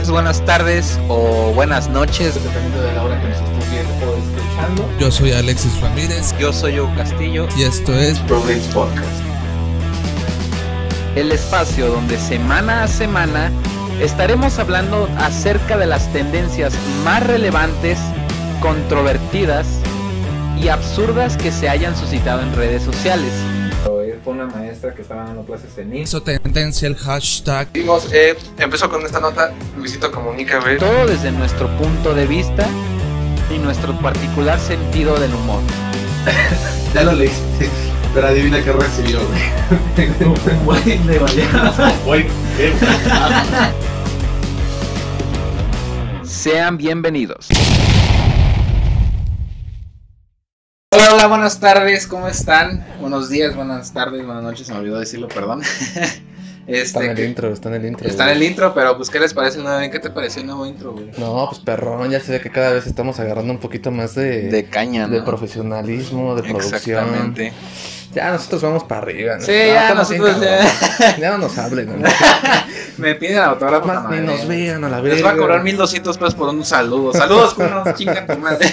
días, buenas tardes o buenas noches, dependiendo de la hora que nos estés viendo o escuchando. Yo soy Alexis Ramírez. Yo soy Hugo Castillo. Y esto es Broadleaves Podcast. El espacio donde semana a semana estaremos hablando acerca de las tendencias más relevantes, controvertidas y absurdas que se hayan suscitado en redes sociales. Fue una maestra que estaba dando clases en hizo tendencia el hashtag. Vimos, empezó con esta nota, Luisito Comunica, güey. Todo desde nuestro punto de vista y nuestro particular sentido del humor. Ya lo leí, pero adivina qué recibió, güey. De vaya. Sean bienvenidos. Hola, buenas tardes, ¿cómo están? Buenos días, buenas tardes, buenas noches, se me olvidó decirlo, perdón. Está en el intro. Está en el intro, pero pues ¿qué les parece el nuevo? ¿Qué te pareció el nuevo intro, güey? No, pues perrón, ya se ve que cada vez estamos agarrando un poquito más de caña, ¿no? De profesionalismo, de producción. Exactamente. Ya nosotros vamos para arriba, ¿no? Sí, ya nosotros ya no nos hablen, ¿no? Me piden autógrafo. Más ni nos vean a la vez. Les va a cobrar 1,200 pesos por un saludo. Saludos, cunos, chinga tu madre.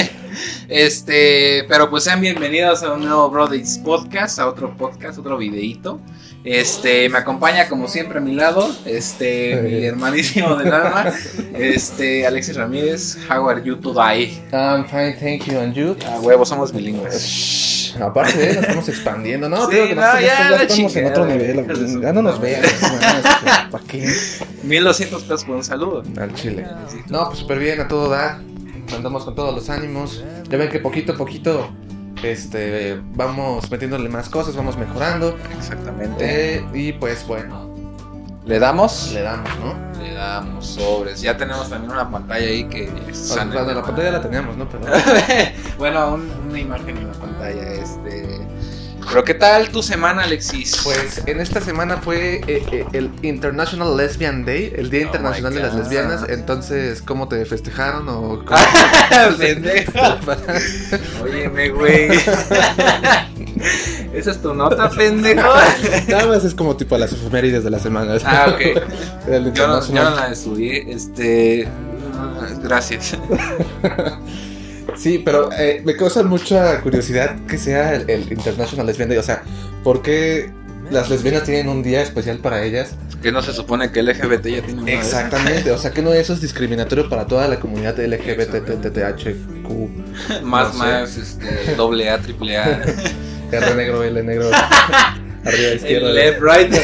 Pero pues sean bienvenidos a un nuevo Broadleaves Podcast, a otro podcast, otro videíto. Me acompaña como siempre a mi lado, mi hermanísimo del alma, Alexis Ramírez. How are you today? I'm fine, thank you, and you? A huevo, somos bilingües. Aparte, nos estamos expandiendo, ¿no? Sí, creo que ya estamos en otro nivel, ya no nos vean. ¿Para qué? 1,200 pesos por un saludo. Al chile. No, pues súper bien, a todo dar. Andamos con todos los ánimos. Ya ven que poquito a poquito vamos metiéndole más cosas, vamos mejorando. Exactamente. Y pues bueno, ¿Le damos? le damos, ¿no? Le damos sobres. Ya tenemos también una pantalla ahí que La pantalla la teníamos, ¿no? Pero bueno, una imagen en la pantalla. Pero ¿qué tal tu semana, Alexis? pues en esta semana fue el International Lesbian Day, el Día Internacional de las Lesbianas. Entonces, ¿cómo te festejaron o cómo? Pendejo. Óyeme, güey. ¿Esa es tu nota, pendejo? Nada más es como tipo las efemérides de la semana. Ah, ok. El Yo no International. la estudié. Gracias. Sí, pero me causa mucha curiosidad que sea el International Lesbian Day. O sea, ¿por qué las lesbianas tienen un día especial para ellas? Que no se supone que el LGBT ya tiene una vez. Exactamente, o sea, que no eso es discriminatorio para toda la comunidad LGBTTHQ. Más, doble A, triple A. R negro, L negro. Arriba izquierda. El left, right.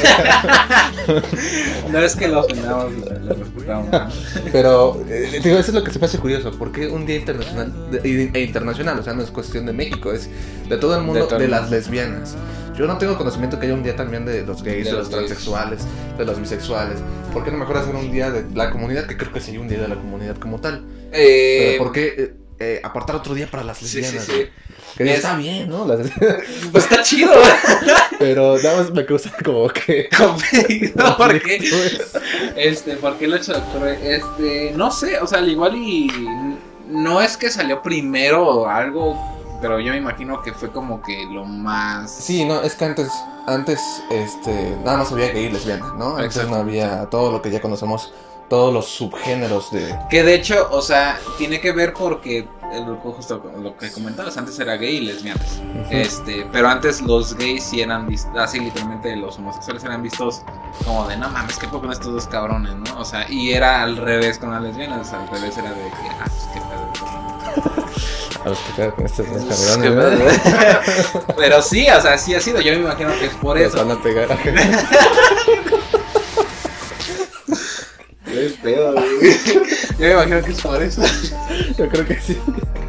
No es que lo ofendamos, lo respetamos. Pero, digo, eso es lo que se me hace curioso. ¿Por qué un día internacional? Internacional, o sea, no es cuestión de México, es de todo el mundo, de las lesbianas. Yo no tengo conocimiento que haya un día también de los gays, de los transexuales, de los bisexuales. ¿Por qué no mejor hacer un día de la comunidad? Que creo que sería un día de la comunidad como tal. Pero ¿por qué apartar otro día para las lesbianas? Sí. Que ya está bien, ¿no? Pues está chido. Pero nada más me causa como que... No, ¿por qué? ¿Por qué lo he hecho, doctor? No sé, o sea, al igual y... No es que salió primero o algo, pero yo me imagino que fue como que lo más... Sí, no, es que antes nada más había gay y lesbiana, ¿no? Antes no había todo lo que ya conocemos, todos los subgéneros de... Que de hecho, o sea, tiene que ver porque... Justo lo que comentabas, antes era gay y lesbianas. Pero antes los gays sí eran vistos, así literalmente los homosexuales eran vistos como de no mames, ¿qué poco con estos dos cabrones, no? O sea, y era al revés con las lesbianas, al revés era de que, pues qué pedo. A los que quedan con estos dos cabrones. Pero sí, o sea, sí ha sido, yo me imagino que es por Nos eso. van a pegar. Qué pedo, güey. Yo me imagino que es por eso. Yo creo que sí.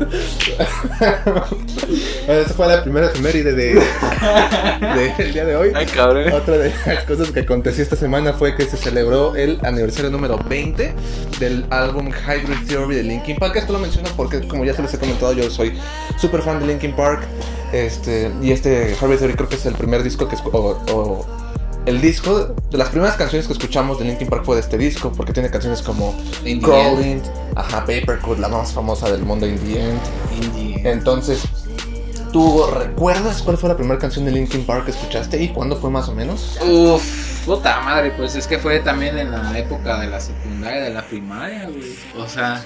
Bueno, esa fue la primera efeméride del día de hoy. Ay, cabrón. Otra de las cosas que aconteció esta semana fue que se celebró el aniversario número 20 del álbum Hybrid Theory de Linkin Park. Esto lo menciono porque, como ya se les he comentado, yo soy súper fan de Linkin Park. Y Hybrid Theory creo que es el primer disco que el disco, de las primeras canciones que escuchamos de Linkin Park fue de este disco, porque tiene canciones como Crawling, Papercut, la más famosa del mundo, In the End. Entonces, ¿Tú recuerdas cuál fue la primera canción de Linkin Park que escuchaste y cuándo fue más o menos? Uf, puta madre, pues es que fue también en la época de la secundaria, de la primaria, güey. O sea,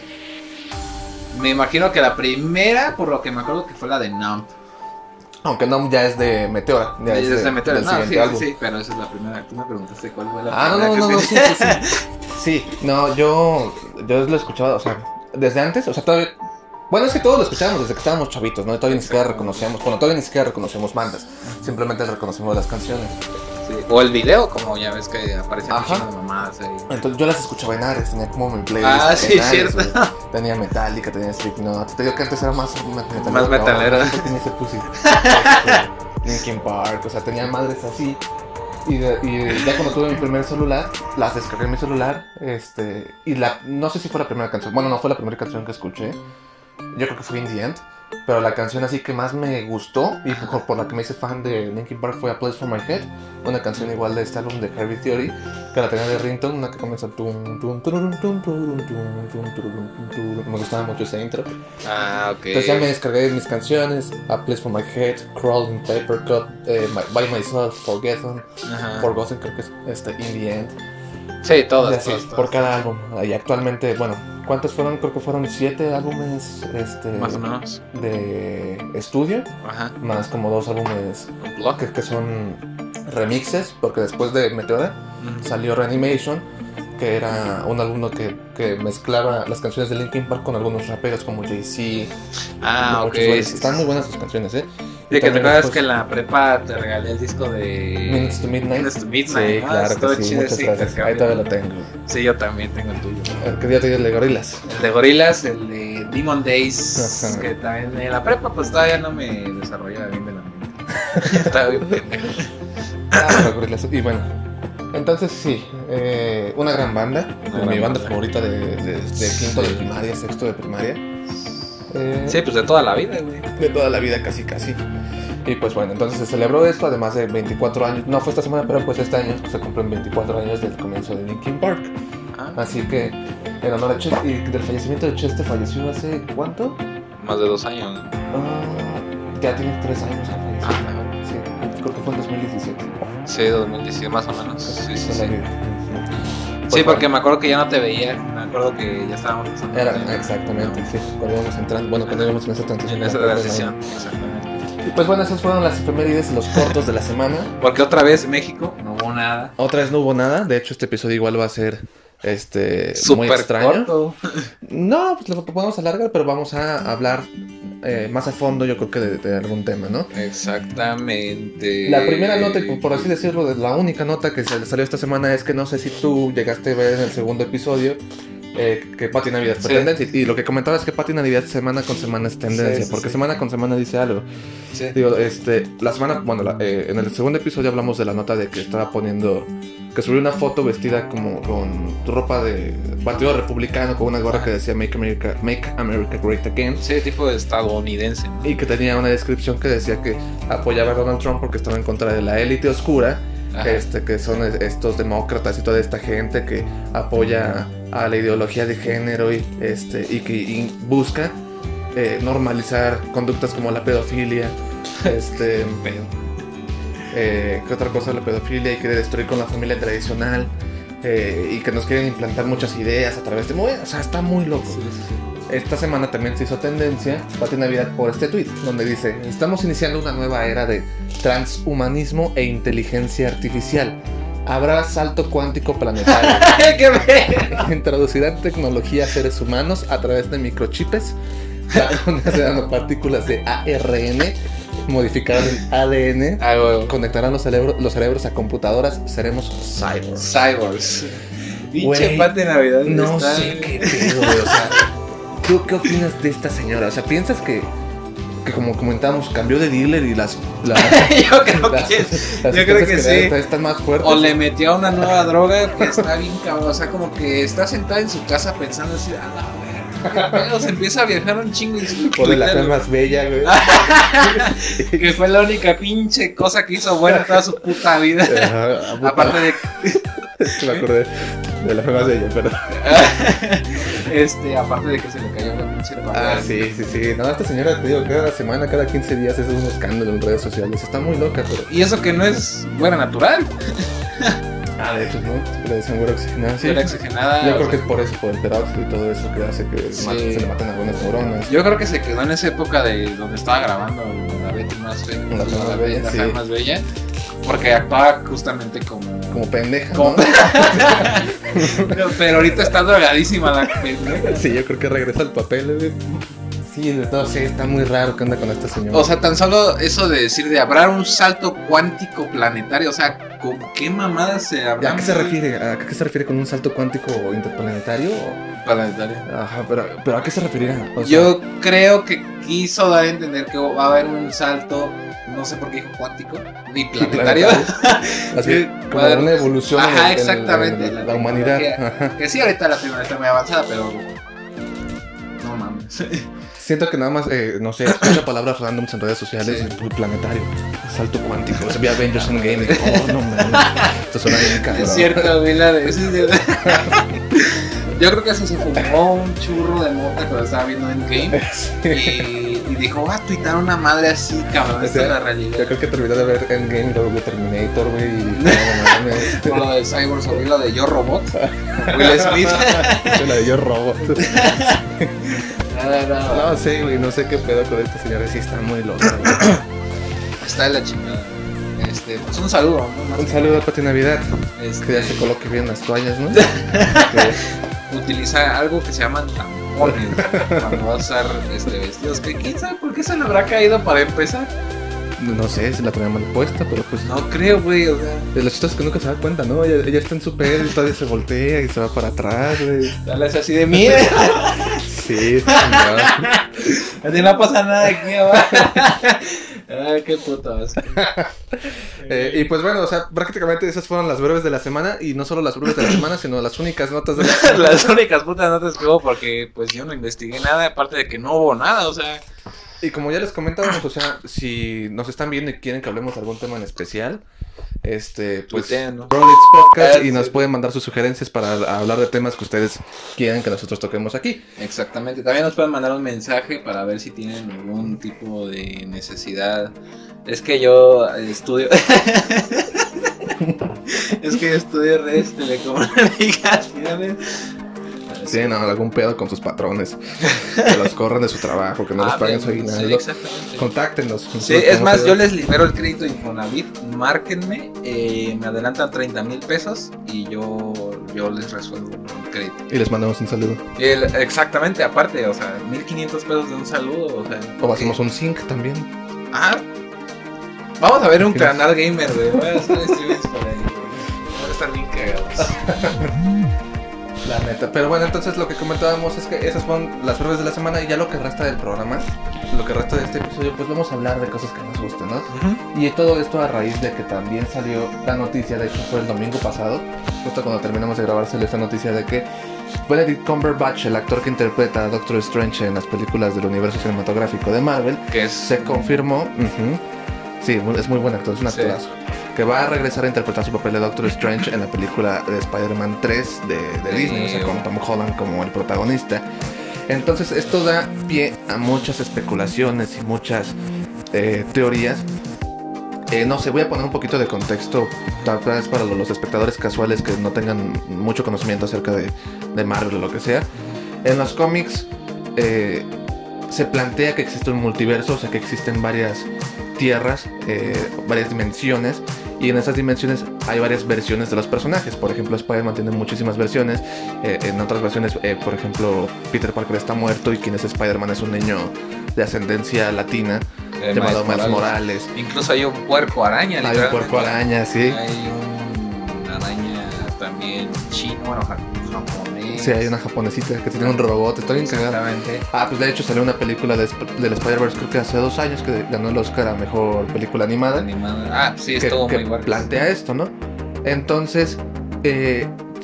me imagino que la primera, por lo que me acuerdo, que fue la de Numb. Aunque no, ya es de Meteora. Ya es de Meteora. del No, siguiente sí, álbum. sí, pero esa es la primera. Tú me preguntaste cuál fue la primera. No, sí. Sí, no, yo lo escuchaba, o sea, desde antes, o sea, todavía... Bueno, es que todos lo escuchábamos desde que estábamos chavitos, ¿no? Y todavía ni siquiera reconocíamos bandas. Simplemente reconocimos las canciones. Sí. O el video, como ya ves que aparecen Ajá. muchísimas mamadas ahí. Entonces yo las escuchaba en Ares, tenía como mi playlist. Ah, sí, en Ares, cierto. güey. Tenía Metallica, tenía Slipknot. Te digo que antes era más metalero. Más metalero. Ahora tenía ese Pussy. Linkin Park, o sea, tenía madres así. Y ya cuando tuve mi primer celular, las descargué en mi celular. Y no sé si fue la primera canción. Bueno, no fue la primera canción que escuché. Yo creo que fue In The End. Pero la canción así que más me gustó y por la que me hice fan de Linkin Park fue A Place For My Head. Una canción igual de este álbum de Heavy Theory, que la tenía de ringtone, una que comienza tum, tum, turum, tum, turum, tum, tum, turum, tum. Me gustaba mucho ese intro. Ah, ok. Entonces ya me descargué mis canciones: A Place For My Head, Crawling Paper Cup, By Myself, Forgotten, creo que es In The End. Sí, todas, Y así, todas. por cada álbum. Y actualmente, bueno, ¿cuántos fueron? Creo que fueron 7 álbumes Más o menos. de estudio, Ajá. más como 2 álbumes Un blog. que son remixes, porque después de Meteora salió Reanimation, que era un álbum que mezclaba las canciones de Linkin Park con algunos raperos como Jay-Z. Ah, ok. Sí, Sí, están muy buenas sus canciones, ¿eh? de que te también acuerdas después- que en la prepa te regalé el disco de Minutes to Midnight. Minutes to Midnight. Sí, claro Estuvo que sí, chido muchas ese gracias. intercambio. Ahí todavía lo tengo. Sí, yo también tengo el tuyo. ¿Qué día te dio el de Gorillaz? El de Gorillaz, el de Demon Days, Ajá. que también en la prepa pues todavía no me desarrollaba bien de la mente. Estaba bien pendejo. Gorillaz. Y bueno, entonces sí, una gran banda, Una mi gran banda banda. favorita de quinto de primaria, sexto de primaria. Sí, pues de toda la vida, güey. De toda la vida casi. Y pues bueno, entonces se celebró esto, además de 24 años, no fue esta semana, pero pues este año se cumplen 24 años del comienzo de Linkin Park. Ah, Así que en honor a Chester, y del fallecimiento de Chester, falleció hace ¿cuánto? más de 2 años. ¿No? Ya tiene 3 años que falleció. Ah, Sí, creo que fue en 2017. sí, 2017 más o menos. Sí, sí, Toda sí. la vida. Sí, Pues porque bueno, me acuerdo que ya no te veía. Me acuerdo que ya estábamos pasando. exactamente, sí, cuando íbamos entrando, bueno, cuando íbamos en esa transición. En esa me acuerdo, transición, ¿no? exactamente. Y pues bueno, esas fueron las efemérides, los cortos de la semana. Porque otra vez México no hubo nada. Otra vez no hubo nada, de hecho este episodio igual va a ser muy Súper extraño. corto. No, pues lo podemos alargar, pero vamos a hablar más a fondo, yo creo que de algún tema, ¿no? Exactamente. La primera nota, y por así decirlo, la única nota que salió esta semana es que no sé si tú llegaste a ver en el segundo episodio que Pati Navidad fue Sí. tendencia. Y lo que comentaba es que Pati Navidad semana con semana es tendencia, Sí, sí, porque sí. semana con semana dice algo. Sí. Digo, la semana, bueno, en el segundo episodio hablamos de la nota de que estaba poniendo, que subió una foto vestida como con ropa de partido republicano, con una gorra que decía Make America Great Again. Sí, tipo de estadounidense, ¿no? Y que tenía una descripción que decía que apoyaba a Donald Trump porque estaba en contra de la élite oscura, Ajá. que son estos demócratas y toda esta gente que apoya a la ideología de género y que busca normalizar conductas como la pedofilia, ¿qué otra cosa? La pedofilia, y quiere destruir con la familia tradicional, y que nos quieren implantar muchas ideas a través de... O sea, está muy loco. Sí, sí, sí. Esta semana también se hizo tendencia, Pati Navidad, por este tweet, donde dice: estamos iniciando una nueva era de transhumanismo e inteligencia artificial. Habrá salto cuántico planetario. ¡Qué ver! Introducirán tecnología a seres humanos a través de microchips, vacunas de nanopartículas de ARN, modificarán el ADN, Ah, huevo. conectarán los cerebros a computadoras, seremos cyborgs. Cyborgs. Pinche Güey, Pati de Navidad. No está- sé qué pedo, güey, o sea, ¿qué opinas de esta señora? O sea, ¿piensas que como comentamos, cambió de dealer y las Yo creo que sí. están más fuertes? O le metió una nueva droga que está bien cabrón. O sea, como que está sentada en su casa pensando así, a la verga, qué pedo, se empieza a viajar un chingo y su O de la fe Twitter, más bella, güey. que fue la única pinche cosa que hizo buena toda su puta vida. Ajá, Aparte de es que me acordé de la fe más bella, pero Aparte de que se le cayó la pinche Ah, sí. No, esta señora, te digo, cada semana, cada 15 días es un escándalo en redes sociales. Está muy loca, pero... Y eso que no es güera natural. De hecho, ¿no? Le decían güera oxigenada. Sí. Güera oxigenada. Yo creo que es por eso, por el peróxido y todo eso que hace que se le maten algunas neuronas. Yo creo que se quedó en esa época de donde estaba grabando La Betty más fea, la fea más bella. Porque actuaba justamente como pendeja, ¿no? Pero ahorita está drogadísima la pendeja. Sí, yo creo que regresa al papel, güey. Sí, de todo, sí, está muy raro que anda con esta señora. O sea, tan solo eso de decir de habrá un salto cuántico planetario, o sea, ¿con qué mamadas se habrá? ¿A qué se refiere? ¿A qué se refiere con un salto cuántico interplanetario? Planetario. Ajá, pero ¿a qué se referirá? O sea, yo creo que quiso dar a entender que va a haber un salto, no sé por qué dijo cuántico, ni planetario. Así, como una evolución exactamente, en la humanidad. Que sí, ahorita la tecnología está muy avanzada, pero no mames. Siento que nada más, no sé, escucha palabras randoms en redes sociales, planetario, salto cuántico, se ve Avengers Endgame, no mames, esto suena bien cabrón. Es cierto, vi la de... Yo creo que eso se fumó un churro de mota cuando estaba viendo Endgame y dijo, va a tuitar una madre así, cabrón, esta es la realidad. Yo creo que terminó de ver Endgame, luego de Terminator, güey, y o lo de Cyborg, o lo de Yo Robot, Will Smith. La de Yo Robot. No sé, güey, no sé qué pedo con esta señora, sí está muy loca. Está de la chingada. Pues un saludo, ¿no? Un saludo a Pati Navidad. Que ya se coloque bien las toallas, ¿no? Utiliza algo que se llaman tampones cuando va a usar vestidos. Que quién sabe por qué se le habrá caído para empezar. No sé, se la tenía mal puesta, pero pues... No creo, güey, o sea... De los chistes que nunca se da cuenta, ¿no? Ella está en su pelo y todavía se voltea y se va para atrás, güey. Dale así de miedo. Sí, no. Así no pasa nada aquí abajo. Ay, qué puto asco. Y pues bueno, o sea, prácticamente esas fueron las breves de la semana. Y no solo las breves de la semana, sino las únicas notas de la semana. Las únicas putas notas que hubo, porque pues yo no investigué nada, aparte de que no hubo nada, o sea... Y como ya les comentábamos, o sea, si nos están viendo y quieren que hablemos de algún tema en especial, pues Tuiteen, ¿no? Rollits Podcast, y nos pueden mandar sus sugerencias para hablar de temas que ustedes quieran que nosotros toquemos aquí. Exactamente, también nos pueden mandar un mensaje para ver si tienen algún tipo de necesidad. Es que yo estudio redes telecomunicaciones. Sí, no, algún pedo con sus patrones. Que los corran de su trabajo, que no les paguen su aguinaldo. Sí, exactamente. Contáctenos. Sí, es más, yo les libero el crédito Infonavit. Márquenme, me adelantan 30,000 pesos y yo les resuelvo el crédito. Y les mandamos un saludo. Exactamente, aparte, o sea, 1,500 pesos de un saludo. O hacemos un sync también. Vamos a ver un canal gamer, güey. Voy a hacer streamings por ahí, güey. Van a estar bien cagados. La neta, pero bueno, entonces lo que comentábamos es que esas fueron las breves de la semana. Y ya lo que resta del programa, lo que resta de este episodio, pues vamos a hablar de cosas que nos gusten, ¿no? Y todo esto a raíz de que también salió la noticia, de hecho fue el domingo pasado, justo cuando terminamos de grabar, salió esta noticia de que Benedict Cumberbatch, el actor que interpreta a Doctor Strange en las películas del universo cinematográfico de Marvel, se confirmó, sí, es muy buen actor, es un actorazo, que va a regresar a interpretar su papel de Doctor Strange en la película de Spider-Man 3 de Disney, o sea, con Tom Holland como el protagonista. Entonces esto da pie a muchas especulaciones y muchas teorías. No sé, voy a poner un poquito de contexto, tal vez para los espectadores casuales que no tengan mucho conocimiento acerca de Marvel o lo que sea. En los cómics se plantea que existe un multiverso, o sea que existen varias tierras, varias dimensiones, y en esas dimensiones hay varias versiones de los personajes. Por ejemplo, Spider-Man tiene muchísimas versiones. En otras versiones, por ejemplo, Peter Parker está muerto y quien es Spider-Man es un niño de ascendencia latina llamado Miles Morales. Incluso hay un puerco araña. Hay un puerco araña, sí. Hay una araña también chino, bueno, japonés. Sí, hay una japonesita que tiene un robot, está bien cagada. Pues de hecho salió una película del Spider-Verse, creo que hace 2 años, que ganó el Oscar a Mejor Película Animada. Sí, estuvo muy bueno. Plantea esto, ¿no? Entonces,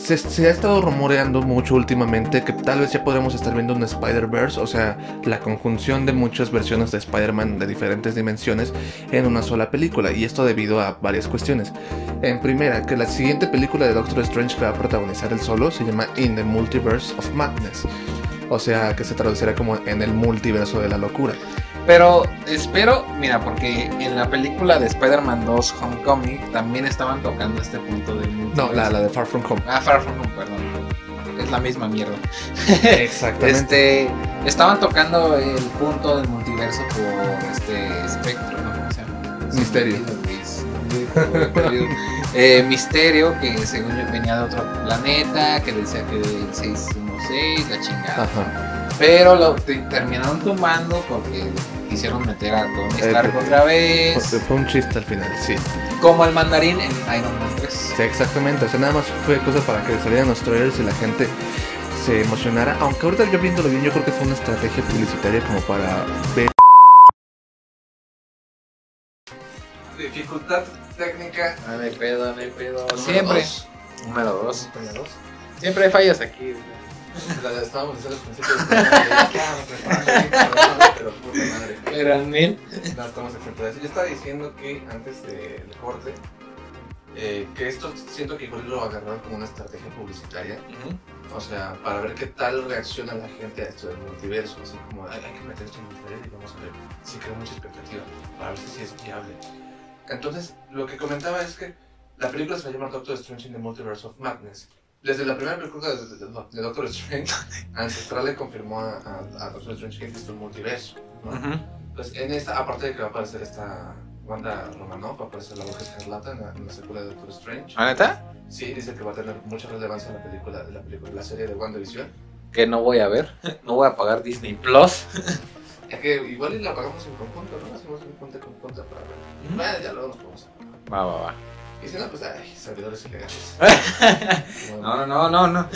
Se ha estado rumoreando mucho últimamente que tal vez ya podremos estar viendo un Spider-Verse, o sea, la conjunción de muchas versiones de Spider-Man de diferentes dimensiones en una sola película, y esto debido a varias cuestiones. En primera, que la siguiente película de Doctor Strange que va a protagonizar él solo se llama In the Multiverse of Madness, o sea, que se traducirá como en el multiverso de la locura. Pero espero, mira, porque en la película de Spider-Man 2 Homecoming también estaban tocando este punto del multiverso. No, la de Far From Home. Far From Home, perdón. Es la misma mierda. Exactamente. Estaban tocando el punto del multiverso por Spectro, ¿no? ¿Cómo se llama? Misterio. Misterio, que según yo venía de otro planeta, que decía que el 616, la chingada. Ajá. Pero lo terminaron tumbando porque quisieron meter a Tony Stark otra vez. Fue un chiste al final, sí. Como el mandarín en Iron Man 3. Sí, exactamente. O sea, nada más fue cosa para que salieran los trailers y la gente se emocionara. Aunque ahorita yo viéndolo bien, yo creo que fue una estrategia publicitaria como para ver. Dificultad técnica. No hay pedo. Siempre. Número 2. Número 2. Siempre hay fallas aquí. La estábamos diciendo al principio. Pero puta madre. Pero mil. No, estamos exentos de eso. Yo estaba diciendo que antes del corte, que esto siento que igual lo agarraron como una estrategia publicitaria. O sea, para ver qué tal reacciona la gente a esto del multiverso. Así como, hay que meter esto en el multiverso y vamos a ver si crea mucha expectativa, para ver si es viable. Entonces, lo que comentaba es que la película se va a llamar Doctor Strange in the Multiverse of Madness. Desde la primera película de Doctor Strange, Ancestral le confirmó a Doctor Strange que existe un multiverso, ¿no? Entonces, en esta, aparte de que va a aparecer esta Wanda Romanoff, va a aparecer la Bruja Escarlata en la secuela de Doctor Strange. ¿Ah, neta? Sí, dice que va a tener mucha relevancia en la serie de WandaVision. Que no voy a ver. No voy a pagar Disney Plus. Es que igual la pagamos en conjunto, ¿no? Hacemos un cuenta conjunta para ver. Bueno, ya luego nos podemos. Va. Y si no, pues, servidores ilegales. No.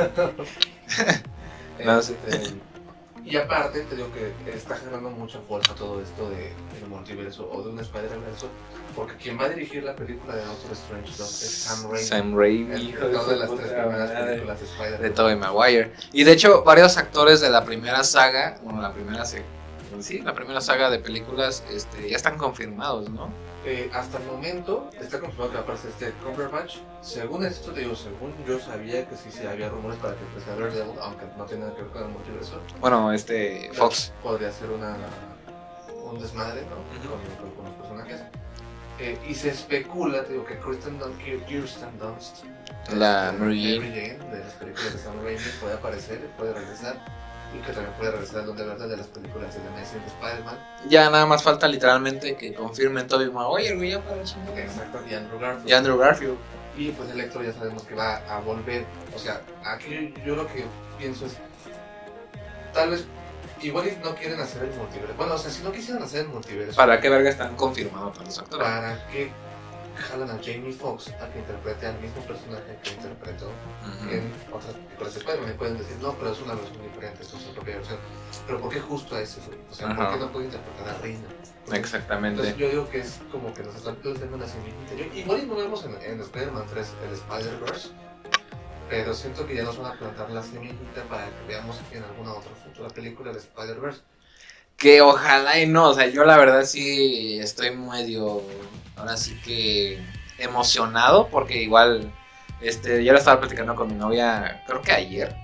Y aparte, te digo que está generando mucha fuerza todo esto del multiverso o de un Spider-Verse, porque quien va a dirigir la película de Doctor Strange 2 es Sam Raimi, el creador de las 3 primeras películas de Spider-Man. De Tobey Maguire. Y de hecho, varios actores de la primera saga, la primera saga de películas, ya están confirmados, ¿no? Hasta el momento está confirmado que va a aparecer Cumberbatch. Según esto, según yo sabía que sí había rumores para que empezara Daredevil, aunque no tiene nada que ver con el multiverso. Bueno, Fox. Podría ser un desmadre, ¿no? Con los personajes. Y se especula, que Kirsten Dunst, la Mary Jane de las películas de Sam Raimi, puede aparecer, puede regresar. Y que también puede regresar al donde verdad de las películas de The Amazing Spider-Man. Ya nada más falta literalmente que confirmen Tobey Maguire, güey, ya para el chingado. Exacto, y Andrew Garfield. Y pues Electro ya sabemos que va a volver. O sea, aquí yo lo que pienso es, tal vez, igual no quieren hacer el multiverso. Bueno, o sea, si no quisieran hacer el multiverso, ¿para qué verga están confirmados para los actores? ¿Para qué jalan a Jamie Foxx a que interprete al mismo personaje que interpretó en otras películas de Spider-Man? Pueden decir, no, pero es una versión diferente, esto es su propia versión. Pero ¿por qué justo a ese? O sea, ¿por qué no puede interpretar a Reina? Exactamente. Entonces yo digo que es como que nos están planteando una semillita. Igual no vemos en Spider-Man 3 el Spider-Verse, pero siento que ya nos van a plantar la semillita para que veamos en alguna otra futura película el Spider-Verse. Que ojalá y no, o sea, yo la verdad sí estoy medio, ahora sí que emocionado, porque igual, yo lo estaba platicando con mi novia, creo que ayer,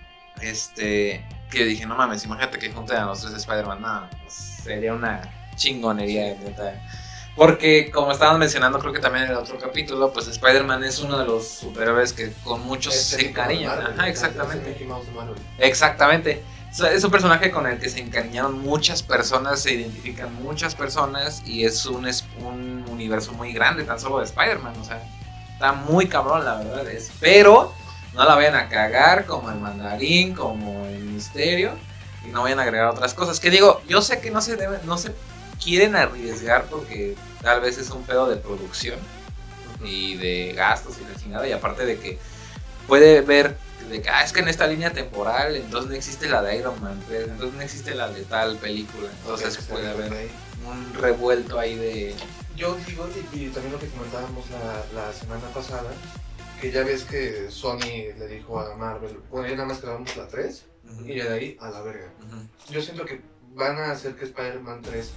que dije, no mames, imagínate que junten a los 3 Spider-Man, no, pues sería una chingonería, neta. Porque, como estaban mencionando, creo que también en el otro capítulo, pues Spider-Man es uno de los superhéroes que con muchos se encariñan. Ajá, exactamente. Exactamente. Es un personaje con el que se encariñaron muchas personas, se identifican muchas personas y es un universo muy grande, tan solo de Spider-Man. O sea, está muy cabrón, la verdad. Pero no la vayan a cagar como el mandarín, como el misterio, y no vayan a agregar otras cosas. Que digo, yo sé que no se quieren arriesgar porque tal vez es un pedo de producción y de gastos y la chingada, y aparte de que puede ver de que es que en esta línea temporal entonces no existe la de Iron Man 3, entonces no existe la de tal película, entonces puede haber un revuelto ahí de... Yo digo, y también lo que comentábamos la semana pasada, que ya ves que Sony le dijo a Marvel, bueno, ya nada más grabamos la 3 y ya de ahí a la verga. Yo siento que van a hacer que Spider-Man 3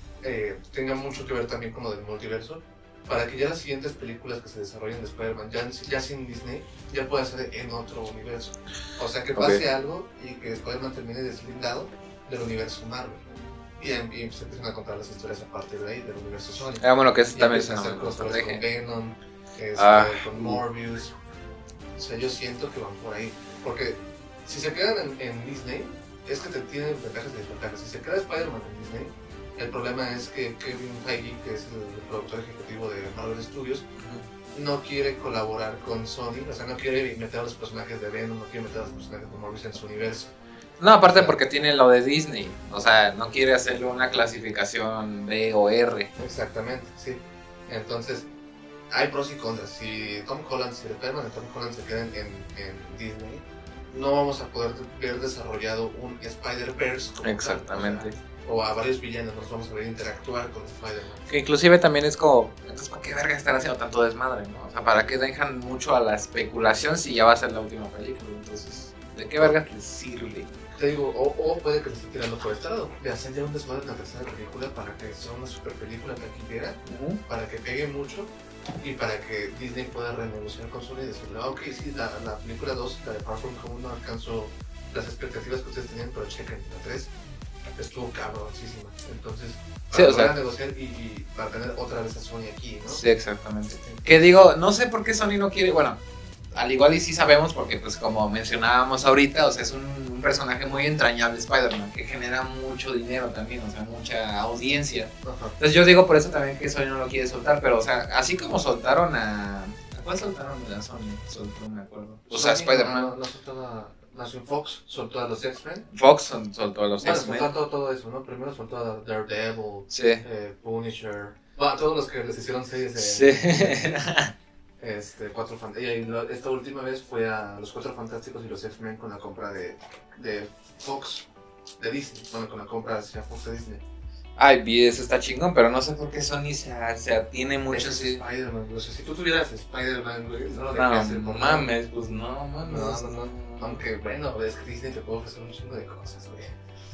tenga mucho que ver también con lo del multiverso, para que ya las siguientes películas que se desarrollen de Spider-Man, ya sin Disney, ya pueda ser en otro universo. O sea, que pase algo y que Spider-Man termine deslindado del universo Marvel. Y se empiezan a contar las historias a partir de ahí, del universo Sony. Bueno, que eso también es una con Venom, con Morbius. O sea, yo siento que van por ahí. Porque si se quedan en Disney, es que te tienen ventajas y desventajas. Si se queda Spider-Man en Disney, el problema es que Kevin Feige, que es el productor ejecutivo de Marvel Studios, no quiere colaborar con Sony. O sea, no quiere meter a los personajes de Venom, no quiere meter a los personajes de Morbius en su universo. No, aparte porque tiene lo de Disney, o sea, no quiere hacerle una clasificación B o R. Exactamente, sí. Entonces, hay pros y contras. Si el Spider-Man de Tom Holland se quedan en Disney, no vamos a poder ver desarrollado un Spider-Verse. Exactamente. O a varios villanos nos vamos a ver interactuar con Spider-Man. Que inclusive también es como, entonces, ¿para qué verga están haciendo tanto desmadre, no? O sea, ¿para qué dejan mucho a la especulación si ya va a ser la última película? Entonces, ¿de qué verga les sirve? Te digo, o puede que se esté tirando por este lado, de hacer ya un desmadre en la tercera película para que sea una super película taquillera, para que pegue mucho y para que Disney pueda renegociar con Sony y decirle, ok, sí, la película 2, la de Far From Home, no alcanzó las expectativas que ustedes tenían, pero chequen, la 3 estuvo cabroncísima. Entonces, para poder negociar y para tener otra vez a Sony aquí, ¿no? Sí, exactamente. Que digo, no sé por qué Sony no quiere, bueno, al igual y sí sabemos porque pues como mencionábamos ahorita, o sea, es un personaje muy entrañable Spider-Man, que genera mucho dinero también, o sea, mucha audiencia. Entonces yo digo por eso también que Sony no lo quiere soltar, pero o sea, así como soltaron ¿a cuál soltaron de la Sony? Soltó, me acuerdo. O sea, Spider-Man. No soltó más en Fox, soltó a los X-Men. Fox soltó a los X-Men. Soltó todo eso, ¿no? Primero soltó a Daredevil, sí. Punisher, todos los que les hicieron series de... Sí. Cuatro y esta última vez fue a los Cuatro Fantásticos y los X-Men con la compra de Fox, de Disney, bueno, con la compra hacia Fox de Disney. Ay, eso está chingón, pero no sé por qué Sony se atiene mucho así. Spider-Man, o sea, si tú tuvieras Spider-Man, güey, no lo dejarías hacer por mames, pues no, mames. No. Aunque, bueno, es que Disney te puede ofrecer un chingo de cosas, güey.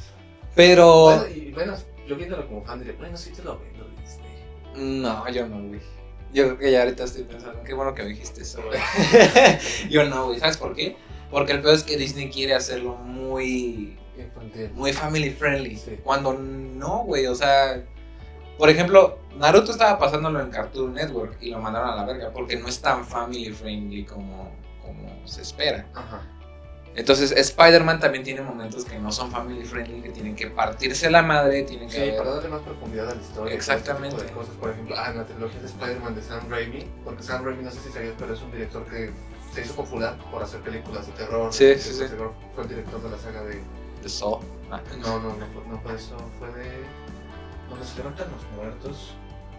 Pero... Bueno, yo viéndolo como fan diré, bueno, sí te lo vendo, Disney. No, yo no, güey. Yo creo que ya ahorita estoy pensando, qué bueno que me dijiste eso, güey. Yo no, güey, ¿sabes por qué? Porque el peor es que Disney quiere hacerlo muy infantil, muy family friendly, sí. Cuando no, güey, o sea, por ejemplo, Naruto estaba pasándolo en Cartoon Network y lo mandaron a la verga porque no es tan family friendly como se espera. Ajá. Entonces Spider-Man también tiene momentos que no son family friendly, que tienen que partirse la madre, tienen que... Sí, para darle más profundidad a la historia. Exactamente. Este tipo de cosas. Por ejemplo, en la trilogía de Spider-Man de Sam Raimi, porque Sam Raimi, no sé si sabías, pero es un director que se hizo popular por hacer películas de terror. Sí. Fue el director de la saga de Saw. No fue eso, fue de... donde se levantan los muertos.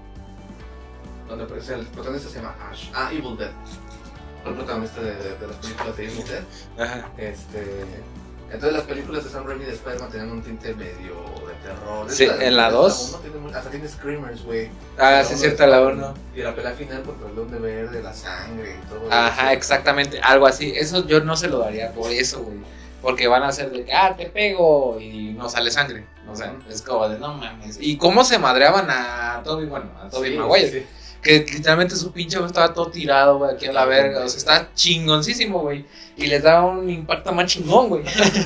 Donde aparece el protagonista se llama Ash. Evil Dead. El protagonista de las películas de Evil Dead. Ajá. Entonces las películas de Sam Raimi y de Spider-Man tenían un tinte medio de terror. Sí, en la 2. Hasta tiene screamers, güey. Sí, es cierto, la 1. Y la pelea final contra el Duende Verde, la sangre y todo. Ajá, exactamente, algo así. Eso yo no se lo daría por eso, güey. Porque van a hacer de que, te pego y no sale sangre. O sea, es como de, no mames. ¿Y cómo se madreaban a Tobey Maguire? Sí. Que literalmente su pinche estaba todo tirado, güey, aquí a la verga. O sea, estaba chingoncísimo, güey. Y les daba un impacto más chingón, güey.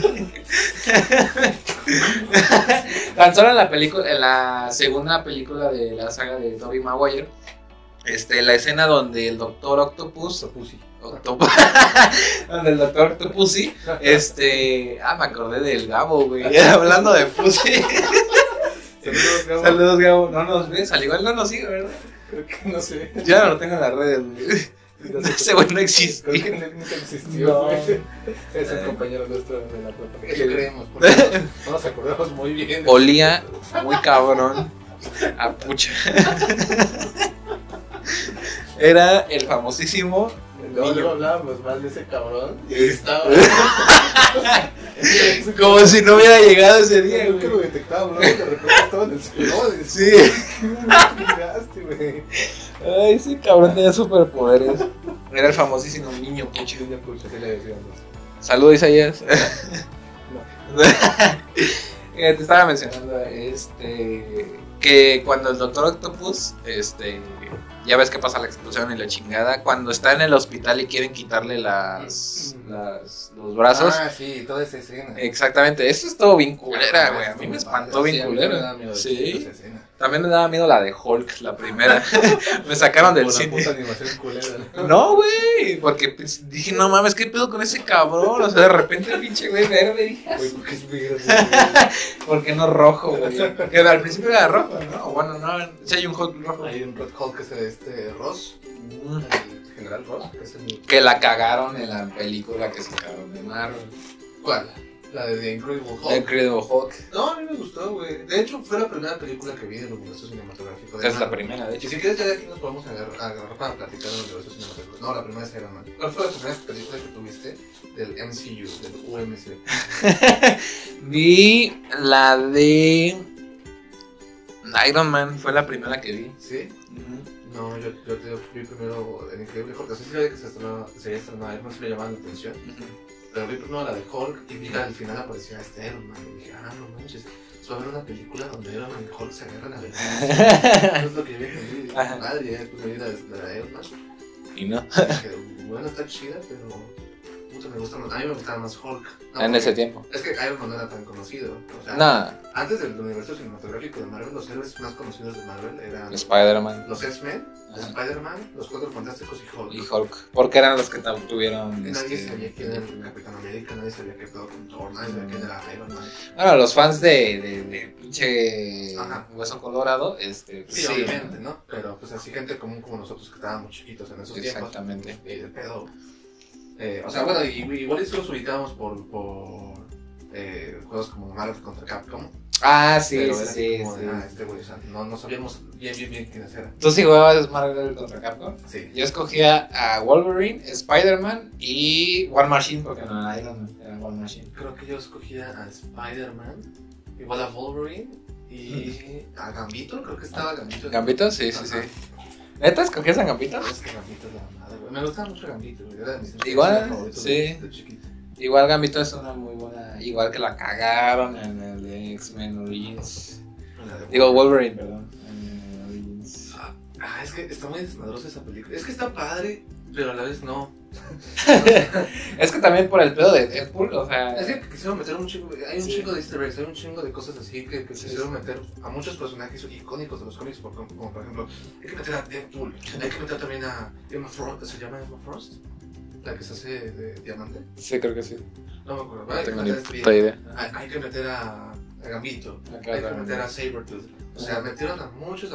Tan solo en la segunda película de la saga de Tobey Maguire, la escena donde el Doctor Octopus, donde el Doctor Octopussy, me acordé del Gabo, güey, hablando de Pussy. Saludos, Gabo. No nos ves, al igual no nos sigue, ¿verdad? Creo que no sé. Ya no lo tengo en las redes, güey. Ese güey no existe. Creo que nunca existió, güey. Es un compañero nuestro de la plataforma. Eso creemos, porque no nos acordamos muy bien. Olía muy cabrón a pucha. Era el famosísimo. Luego hablábamos mal de ese cabrón. Y ahí estaba. Como si no hubiera llegado ese día, güey. Nunca lo detectábamos, de repente estaba en el salón. Sí. Ay, ese cabrón tenía superpoderes. Era el famosísimo niño Pucho. Saludos, Isaías. Te estaba mencionando que cuando el Doctor Octopus, ya ves que pasa la explosión y la chingada, cuando está en el hospital y quieren quitarle los brazos. Ah, sí, toda esa escena. Exactamente, eso es todo bien culera, güey. A mí me espantó bien culera. Sí. También me daba miedo la de Hulk, la primera. Me sacaron del cine. Puta animación culera. No, güey, porque pues, dije, no mames, ¿qué pedo con ese cabrón? O sea, de repente el pinche güey verde, dije. Güey, ¿por qué es negro? ¿Por qué no rojo, güey? Porque al principio era rojo, ¿no? Bueno, no, sí hay un Hulk rojo. Hay un Red Hulk que es Ross, el general Ross, que es el... Que la cagaron en la película que sacaron de Marvel. ¿Cuál? La de The Incredible Hulk. The Incredible Hulk. No, a mí me gustó, güey. De hecho, fue la primera película que vi del universo cinematográfico. Es la primera, de hecho. Y si quieres, ya de aquí nos podemos agarrar para platicar del universo cinematográfico. No, la primera es Iron Man. ¿Cuál fue la primera película que tuviste del MCU, del UMC? Vi la de Iron Man, fue la primera que vi. ¿Sí? No, yo te vi primero El Increíble Hulk. Así se veía que se había estrenado Iron Man, se le llamaba la atención. Pero vi primero la de Hulk y vi que al final aparecía Iron Man. Y dije, no manches, se va a ver una película donde Iron Man y Hulk se agarran a verdad. Eso es lo que yo vi en mi madre. Y después vi la de Iron Man. Y no. Y dije, bueno, está chida, pero puta, me gusta más. A mí me gustaba más Hulk. No, en ese tiempo. Es que Iron Man no era tan conocido. O sea, No. Antes del universo cinematográfico de Marvel, los héroes más conocidos de Marvel eran Spider-Man, los X-Men, Spider-Man, los Cuatro Fantásticos y Hulk. Porque eran los que tuvieron. Nadie sabía quién era el Capitán América, nadie sabía qué pedo con Thor, nadie sabía quién era Iron Man. Bueno, los fans de pinche Hueso Colorado, sí, obviamente, ¿no? Pero pues así gente común como nosotros que estábamos chiquitos en esos tiempos. Exactamente. El pedo. O sea, bueno, igual eso los ubicamos por juegos como Marvel contra Capcom. Ah, sí, pero sí. Este güey, o sea, no sabíamos bien quiénes eran. ¿Tú sí jugabas Marvel contra Capcom? Sí. Yo escogía a Wolverine, Spider-Man y War Machine, porque no era Iron Man, era War Machine. Creo que yo escogía a Spider-Man, igual a Wolverine y a Gambito, creo que estaba Gambito. ¿Gambito? Sí. ¿Neta escogías a Gambito? Es que Gambito es la madre, güey. Me gustaba mucho Gambito, güey. Era de mis igual, favoritos sí. De chiquito. Igual Gambito es una muy buena. Igual que la cagaron en el de X-Men Origins. Digo Wolverine, perdón. En Origins. Es que está muy desmadrosa esa película. Es que está padre, pero a la vez no. Es que también por el pedo de Deadpool, o sea. Es que quisieron meter un chingo. Hay un chingo de easter eggs, hay un chingo de cosas así que quisieron meter a muchos personajes icónicos de los cómics. Como por ejemplo, hay que meter a Deadpool, hay que meter también a Emma Frost. ¿Se llama Emma Frost? La que se hace de diamante. Sí, creo que sí. No me acuerdo. No tengo ni puta idea. Hay que meter a Gambito. Hay que meter a Sabretooth. O sea, metieron a muchos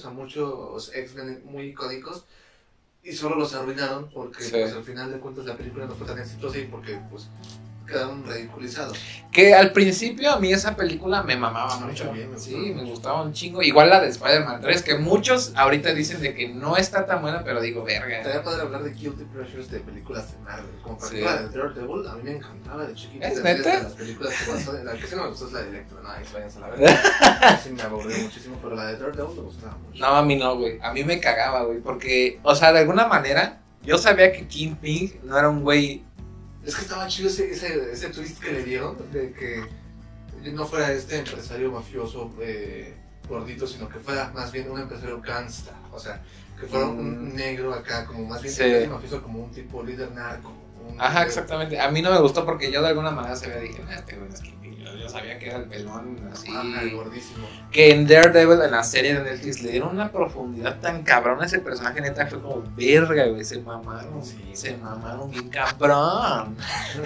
X-Men muy icónicos y solo los arruinaron porque pues, al final de cuentas la película no fue tan exitosa y porque pues quedaron ridiculizados. Que al principio a mí esa película me mamaba mucho. Sí, me gustaba un chingo. Igual la de Spider-Man 3, que muchos ahorita dicen de que no está tan buena, pero digo, verga. Estaría padre hablar de guilty pleasures de películas de Marvel. Como por ejemplo la de Daredevil, a mí me encantaba de chiquito. ¿Es neta? De las películas que pasó, la que sí no me gustó es la de Electro, no, ahí vayan a la verga. Sí me aburrió muchísimo, pero la de Daredevil me gustaba mucho. No, a mí no, güey. A mí me cagaba, güey. Porque, o sea, de alguna manera, yo sabía que Kingpin no era un güey. Es que estaba chido ese twist que le dieron, de que no fuera este empresario mafioso gordito, sino que fuera más bien un empresario gangsta. O sea, que fuera un negro acá, como más bien mafioso, como un tipo líder narco. Ajá, exactamente. A mí no me gustó porque yo de alguna manera se veía, dije, este güey es Kingpin. Yo sabía que era el pelón así. Gordísimo. Que en Daredevil, en la serie de Netflix, le dieron una profundidad tan cabrón a ese personaje, neta, fue como verga, güey. Se mamaron bien cabrón.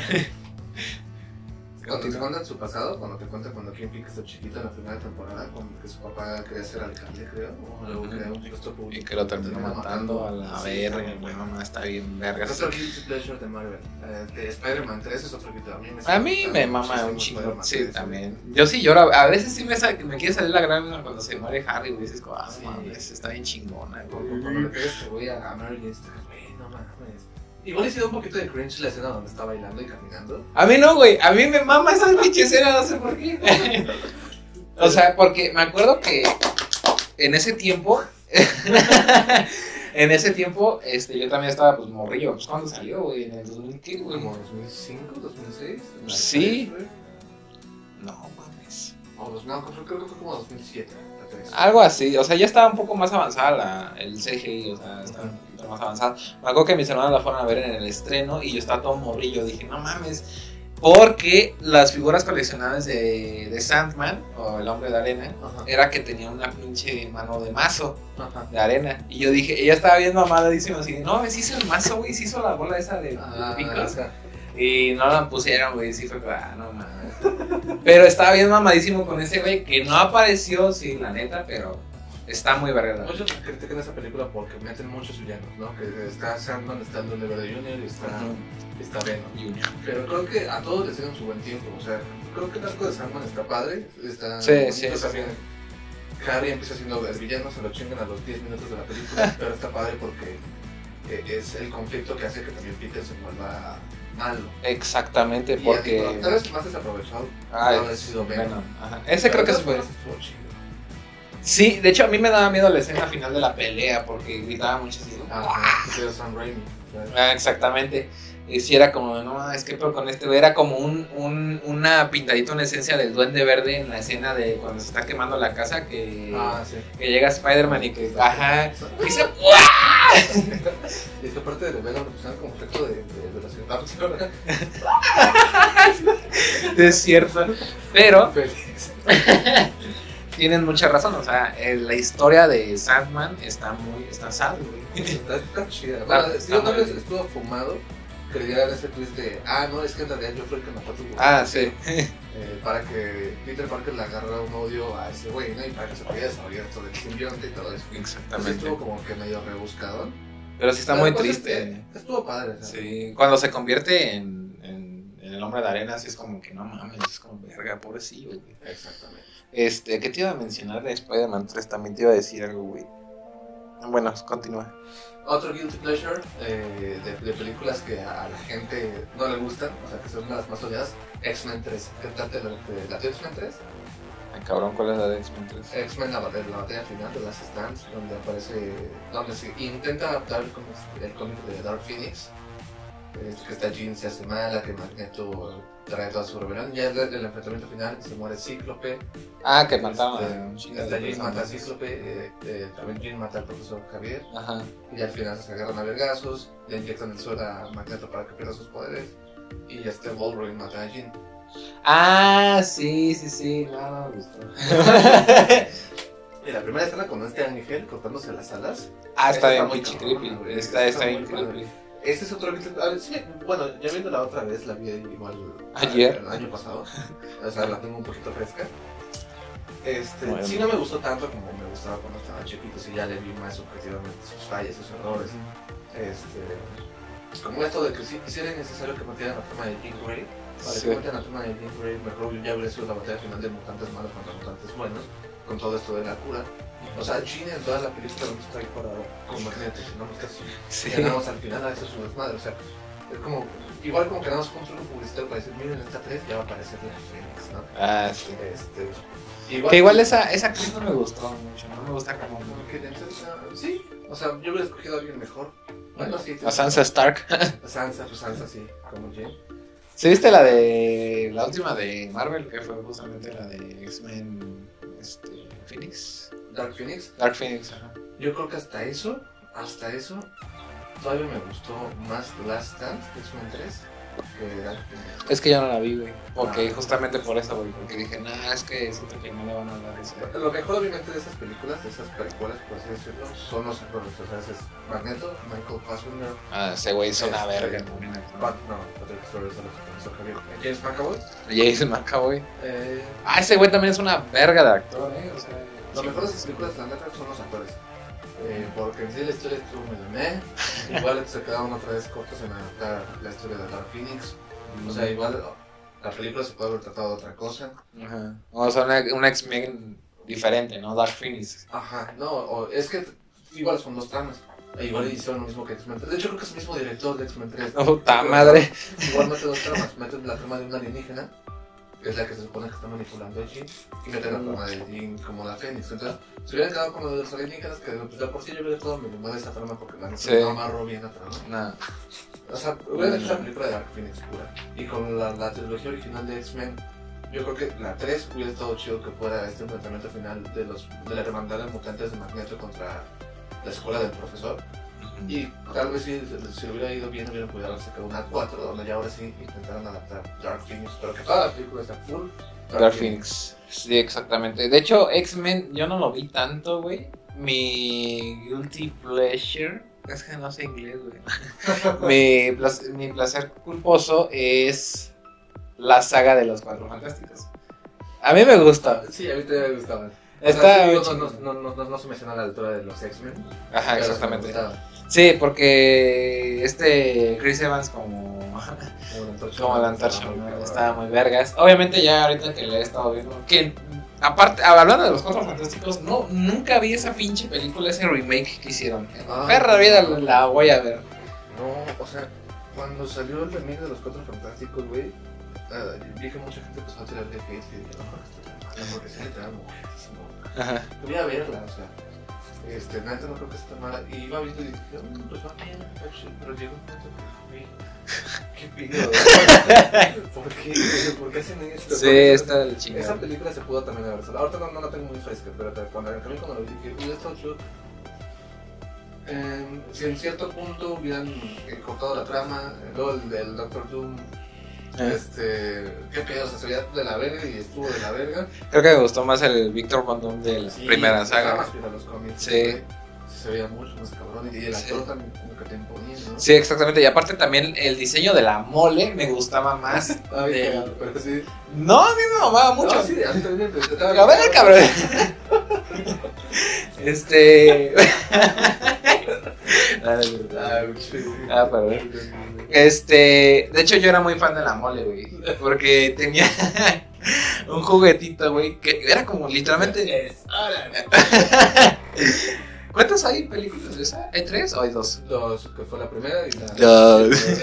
Cuando te cuentan su pasado, cuando te cuentan cuando Kingpin está chiquito en la primera temporada, cuando que su papá quería ser alcalde, creo, o luego quería un puesto público. Y que lo terminó matando a la verga, güey, mamá, está bien verga. Es otro guilty pleasure de Marvel. De Spider-Man 3 es otro guilty. A mí me mama un chingo, sí, también. Yo sí lloro, a veces sí me quiere salir la lágrima cuando se muere Harry, güey, dices como, mames, está bien chingona, güey. Cuando le pegas te voy a Mary Jane, güey, no mames. Igual he sido un poquito de cringe la escena donde está bailando y caminando. A mí no, güey. A mí me mama esa pinche escena, no sé por qué. O sea, porque me acuerdo que en ese tiempo En ese tiempo, yo también estaba, pues, morrillo. Pues, ¿cuándo salió, güey? ¿En el 2000 qué, güey? ¿Como 2005, 2006? Sí. 2003, No, mames. no, creo que fue como 2007. Algo así, o sea, ya estaba un poco más avanzada el CGI, o sea, estaba un poquito más avanzada. Me acuerdo que mis hermanos la fueron a ver en el estreno y yo estaba todo morrillo. Dije, no mames, porque las figuras coleccionables de Sandman, o el hombre de arena, era que tenía una pinche mano de mazo de arena. Y yo dije, ella estaba bien mamadísima, así, no, se hizo el mazo, güey, se hizo la bola esa de picos. Y no la pusieron, güey, sí fue, no mames. Pero estaba bien mamadísimo con ese güey que no apareció, sí, la neta, pero está muy verga. Muchos critican esa película porque meten muchos villanos, ¿no? Que está Sandman, está el Duende Verde Jr. y está Venom Jr. Pero creo que a todos les dieron su buen tiempo, o sea, creo que el arco de Sandman está padre, está sí, también. Harry empieza siendo el villano, se lo chingan a los 10 minutos de la película, pero está padre porque es el conflicto que hace que también Peter se vuelva malo. Exactamente, porque tal vez más desaprovechado ha sido Venom. Ese creo que se fue. Sí, de hecho a mí me daba miedo la escena final de la pelea porque gritaba muchísimo. Sam Raimi. Exactamente. Y si era como, no, es que pero con era como una pintadita, una esencia del Duende Verde en la escena de cuando se está quemando la casa, que llega Spider-Man y que, y se... Y es que aparte de Venom lo pusieron como efecto de velocidad. Es cierto, pero tienen mucha razón, o sea, la historia de Sandman está sad, güey. Está chida. Bueno, yo no les estuvo fumado. Que le dieran ese twist de, no, es que en realidad yo fui el que mató a tu güey. Sí. Para que Peter Parker le agarrara un odio a ese güey, ¿no? Y para que se pudiera desarrollar todo el simbionte y todo eso. Exactamente. Entonces estuvo como que medio rebuscado. Pero sí está muy triste. Estuvo padre, ¿sabes? Sí, cuando se convierte en el hombre de arena, así es como que no mames, es como verga, pobrecillo, güey. Exactamente. ¿Qué te iba a mencionar de Spider-Man 3? También te iba a decir algo, güey. Bueno, continúa. Otro guilty pleasure de películas que a la gente no le gustan, o sea que son las más odiadas, X-Men 3. ¿Qué tal te la X-Men 3? Ay, cabrón, ¿cuál es la de X-Men 3? X-Men, la batalla final de Last Stand, donde se intenta adaptar el cómic de Dark Phoenix, que esta Jean se hace mala, que Magneto trae toda su rebelión, ya es el enfrentamiento final, se muere Cíclope. Que mataron a un chingo de Jean mata a Cíclope, también Jean mata al profesor Javier. Y al final se agarran a vergazos, le inyectan el suelo a Magneto para que pierda sus poderes. Y Wolverine mata a Jean. Sí, no me gustó. Y la primera escena con este ángel cortándose las alas. Está bien muy creepy. Está bien creepy. Este es otro que... bueno, ya viendo otra vez, la vi igual ayer, el año pasado. O sea, la tengo un poquito fresca. Bueno. Sí, no me gustó tanto como me gustaba cuando estaba chiquito. Sí, ya le vi más objetivamente sus fallas, sus errores. Como esto de que sí era necesario que metieran la trama de Jean Grey. Para que metieran la trama de Jean Grey, mejor ya hubiera sido la batalla final de mutantes malos contra mutantes buenos. Con todo esto de la cura. O sea, Jean en toda la película no está ahí con Magneto, no está así. Ganamos al final a eso es su desmadre. O sea, es como, igual como que nada más construir un publicitario para decir, miren, esta 3 ya va a aparecer la Fénix, ¿no? Sí. Igual esa actriz no me gustó mucho, no me gusta como... Sí, o sea, yo hubiera escogido a alguien mejor. Bueno, sí. A Sansa Stark. Sansa, sí, como Jean. ¿Sí viste la última de Marvel, que fue justamente la de X-Men Phoenix? Dark Phoenix, ajá. Yo creo que hasta eso, todavía me gustó más The Last Stand, X-Men 3, que Dark Phoenix. Es que yo no la vi, güey, porque justamente por eso, güey, porque dije, es que siento que no le van a dar eso. Lo mejor obviamente de esas películas, de esas precuelas, por así decirlo, son los errores, o sea, es Magneto, Michael Fassbender. Ese güey es una verga. Patrick Stewart es el profesor Javier. James McAvoy. Ese güey también es una verga de actor, o sea... Lo mejor de esas películas, la neta, son los actores. Porque en sí la historia estuvo medio igual se quedaron otra vez cortos en adaptar la historia de Dark Phoenix. O sea, igual la película se puede haber tratado de otra cosa. O sea, una X-Men diferente, ¿no? Dark Phoenix. Es que igual son dos tramas. Igual hicieron lo mismo que X-Men 3. De hecho, creo que es el mismo director de X-Men 3. ¡Puta madre! Igual mete dos tramas. Mete la trama de un alienígena que es la que se supone que está manipulando a Jean, y meten la trama de Jean como la Fénix. Entonces, se hubieran quedado con lo de los alienígenas, que pues, de por sí yo hubiera estado medio mal esa trama porque la neta no amarró bien la trama. Nah. O sea, hubiera hecho la película de Dark Phoenix pura. Y con la trilogía original de X-Men, yo creo que la 3 hubiera estado chido que fuera este enfrentamiento final de la hermandad de mutantes de Magneto contra la escuela del profesor. Y tal vez si hubiera ido bien, hubieran podido haber sacado una 4, donde ya ahora sí intentaron adaptar Dark Phoenix, pero que toda la película está full Dark Phoenix. Sí, exactamente. De hecho, X-Men yo no lo vi tanto, güey. Mi guilty pleasure, es que no sé inglés, güey. mi placer culposo es la saga de los Cuatro Fantásticos. A mí me gusta. Sí, a mí también me gustaba. Está no se menciona a la altura de los X-Men. Ajá, exactamente. Sí, porque Chris Evans como la antorcha estaba muy vergas. Obviamente ya ahorita que le he estado viendo, que aparte, hablando de los Cuatro Fantásticos, nunca vi esa pinche película, ese remake que hicieron. Perra vida la voy a ver. No, o sea, cuando salió el remake de los Cuatro Fantásticos, güey, vi que mucha gente empezó a tirarle hate y dije, no, porque se le trae muchísimo. Ajá. Voy a verla, o sea. Neta no creo que esté mala. Y iba viendo y dije, pues va bien, pero llegó un momento que ¿qué pido? ¿Por qué hacen esto? Sí, está el chingado. Esa película se pudo también haber salido. Ahorita no la tengo muy fresca, pero cuando lo vi dije, uy, esto chido. Si en cierto punto hubieran cortado la trama, luego el del Doctor Doom, qué pedo, o sea, se veía de la verga y estuvo de la verga. Creo que me gustó más el Victor Von Doom de la primera saga. Más fiel a los cómics, sí. Se veía mucho más cabrón y el actor también como que te imponía, ¿no? Sí, exactamente. Y aparte también el diseño de la mole me gustaba más. Pero sí. No, a mí me mamaba mucho. No, sí, a mí también. A ver el cabrón. Perdón. De hecho yo era muy fan de la mole, güey, porque tenía un juguetito, güey, que era como literalmente. ¿Cuántas hay películas de esa? ¿Hay 3 o hay 2? Dos, que fue la primera y la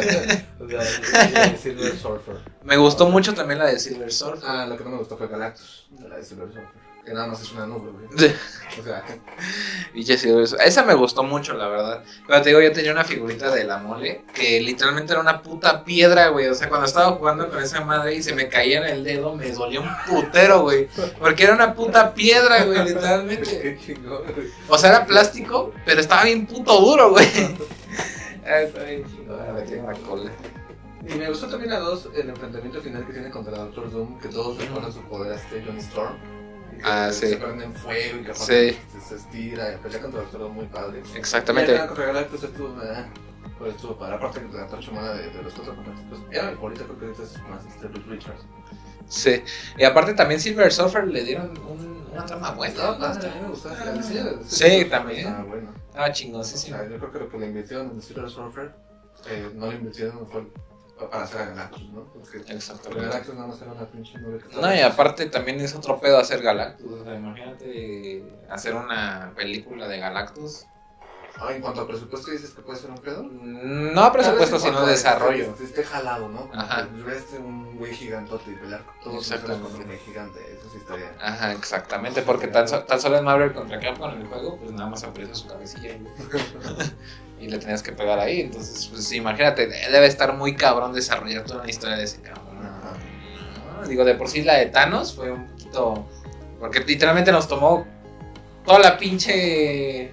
de Silver Surfer. Me gustó mucho también la de Silver Surfer. Lo que no me gustó fue Galactus, la de Silver Surfer. Que nada más es una nube, güey. O sea, esa me gustó mucho, la verdad. Pero te digo, yo tenía una figurita de la mole que literalmente era una puta piedra, güey. O sea, cuando estaba jugando con esa madre y se me caía en el dedo, me dolía un putero, güey. Porque era una puta piedra, güey, literalmente. Qué chingón, güey. O sea, era plástico, pero estaba bien puto duro, güey. Estaba bien chingón, me tiene la cola. Y me gustó también el enfrentamiento final que tiene contra Doctor Doom, que todos recuerdan su poder a Johnny Storm. Sí. Se prende en fuego y que se estira y pelea contra Doctor Doom muy padre. Exactamente. Y contra Galactus estuvo para aparte de la antorcha humana de los Cuatro Fantásticos. Era mi favorita, creo que ahorita es más Reed Richards. Sí, y aparte también Silver Surfer le dieron una trama buena. A mí me gustaba. Sí, también. Estaba bueno. Estaba chingosísimo. O sea, yo creo que lo que le invirtieron en Silver Surfer no le invirtieron fue para hacer a Galactus, ¿no? Porque exactamente. Galactus nada más era una pinche nube que no, y aparte también es otro pedo hacer Galactus. O sea, imagínate hacer una película de Galactus. En cuanto a presupuesto, dices que puede ser un pedo. No presupuesto, sino desarrollo. Esté jalado, ¿no? Ajá. Ves un güey gigantote y pelear con todos con un güey gigante. Eso sí estaría. Ajá, exactamente. Porque tan solo en Marvel contra Capcom en el juego, pues nada más aparece su cabecilla y le tenías que pegar ahí. Entonces, pues imagínate, debe estar muy cabrón desarrollar toda una historia de ese cabrón. Digo, de por sí la de Thanos fue un poquito. Porque literalmente nos tomó toda la pinche.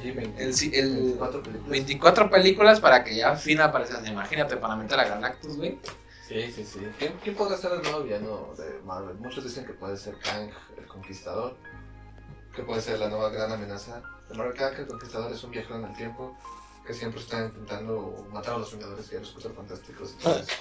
24 películas para que ya al fin aparezcan. Imagínate, para meter a Galactus, güey. Sí. ¿Quién podría ser el nuevo villano de Marvel? Muchos dicen que puede ser Kang, el Conquistador. Que puede ser la nueva gran amenaza de Marvel. Kang, el Conquistador, es un viajero en el tiempo que siempre está intentando matar a los Vengadores y a los Cuatro Fantásticos.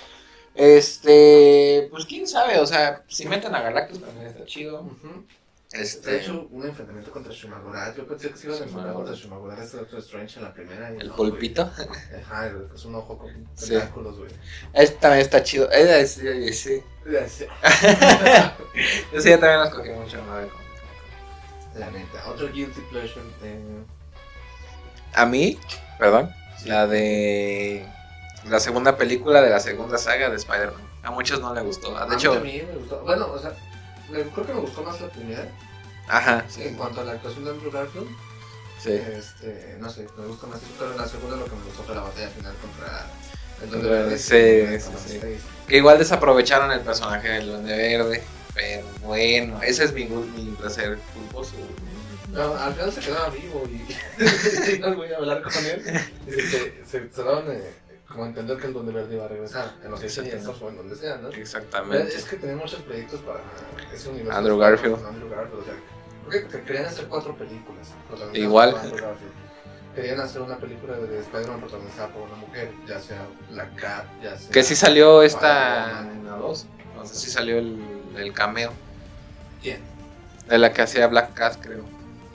Pues quién sabe, o sea, si meten a Galactus también está chido. De hecho, un enfrentamiento contra Shumagorat. Yo pensé que se iban a enfrentar contra Shumagorat. Es Doctor Strange en la primera. El pulpito. Ajá, es un ojo con tentáculos, güey. También está chido. Sí. Yo sí, ya también las cogí mucho. La neta. Otro guilty pleasure. A mí, perdón, la de la segunda película de la segunda saga de Spider-Man. A muchos no les gustó. De hecho, a mí me gustó. Bueno, o sea, creo que me gustó más la primera. Ajá. Sí. En cuanto a la actuación de Andrew Garfield. Sí. No sé, me gusta más. Pero en la segunda lo que me gustó fue la batalla final contra el Duende Verde, Verde. sí. Que igual desaprovecharon el personaje del Duende Verde. Pero bueno, ese es mi placer culposo. No, al final se quedaba vivo y no voy a hablar con él. Se daban como a entender que el Duende Verde iba a regresar en los 600 o en donde sea, ¿no? Exactamente. Pero es que tenía muchos proyectos para ese universo. Andrew Garfield. O sea, porque querían hacer 4 películas. Igual. Querían hacer una película de Spider-Man protagonizada por una mujer, ya sea la Cat, ya sea... Que sí salió esta en la 2. No sé si salió el cameo. ¿Quién? De la que hacía Black Cat, creo.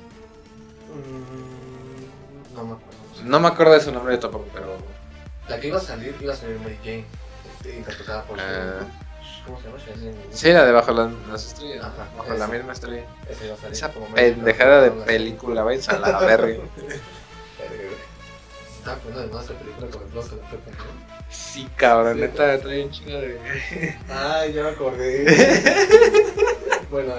No me acuerdo. No me acuerdo de su nombre tampoco, pero... La que iba a salir Mary Jane, interpretada por... ¿Cómo se llama? Sí, la de Bajo las Estrellas. Ajá, Bajo la misma estrella. Esa iba a salir Esa como pendejada de película, vais a la verga. Estaba poniendo de más esa película con el blog de la Pepe, ¿no? Sí, cabrón, Sí, neta, trae un chingo de... Ay, ya me acordé. Bueno,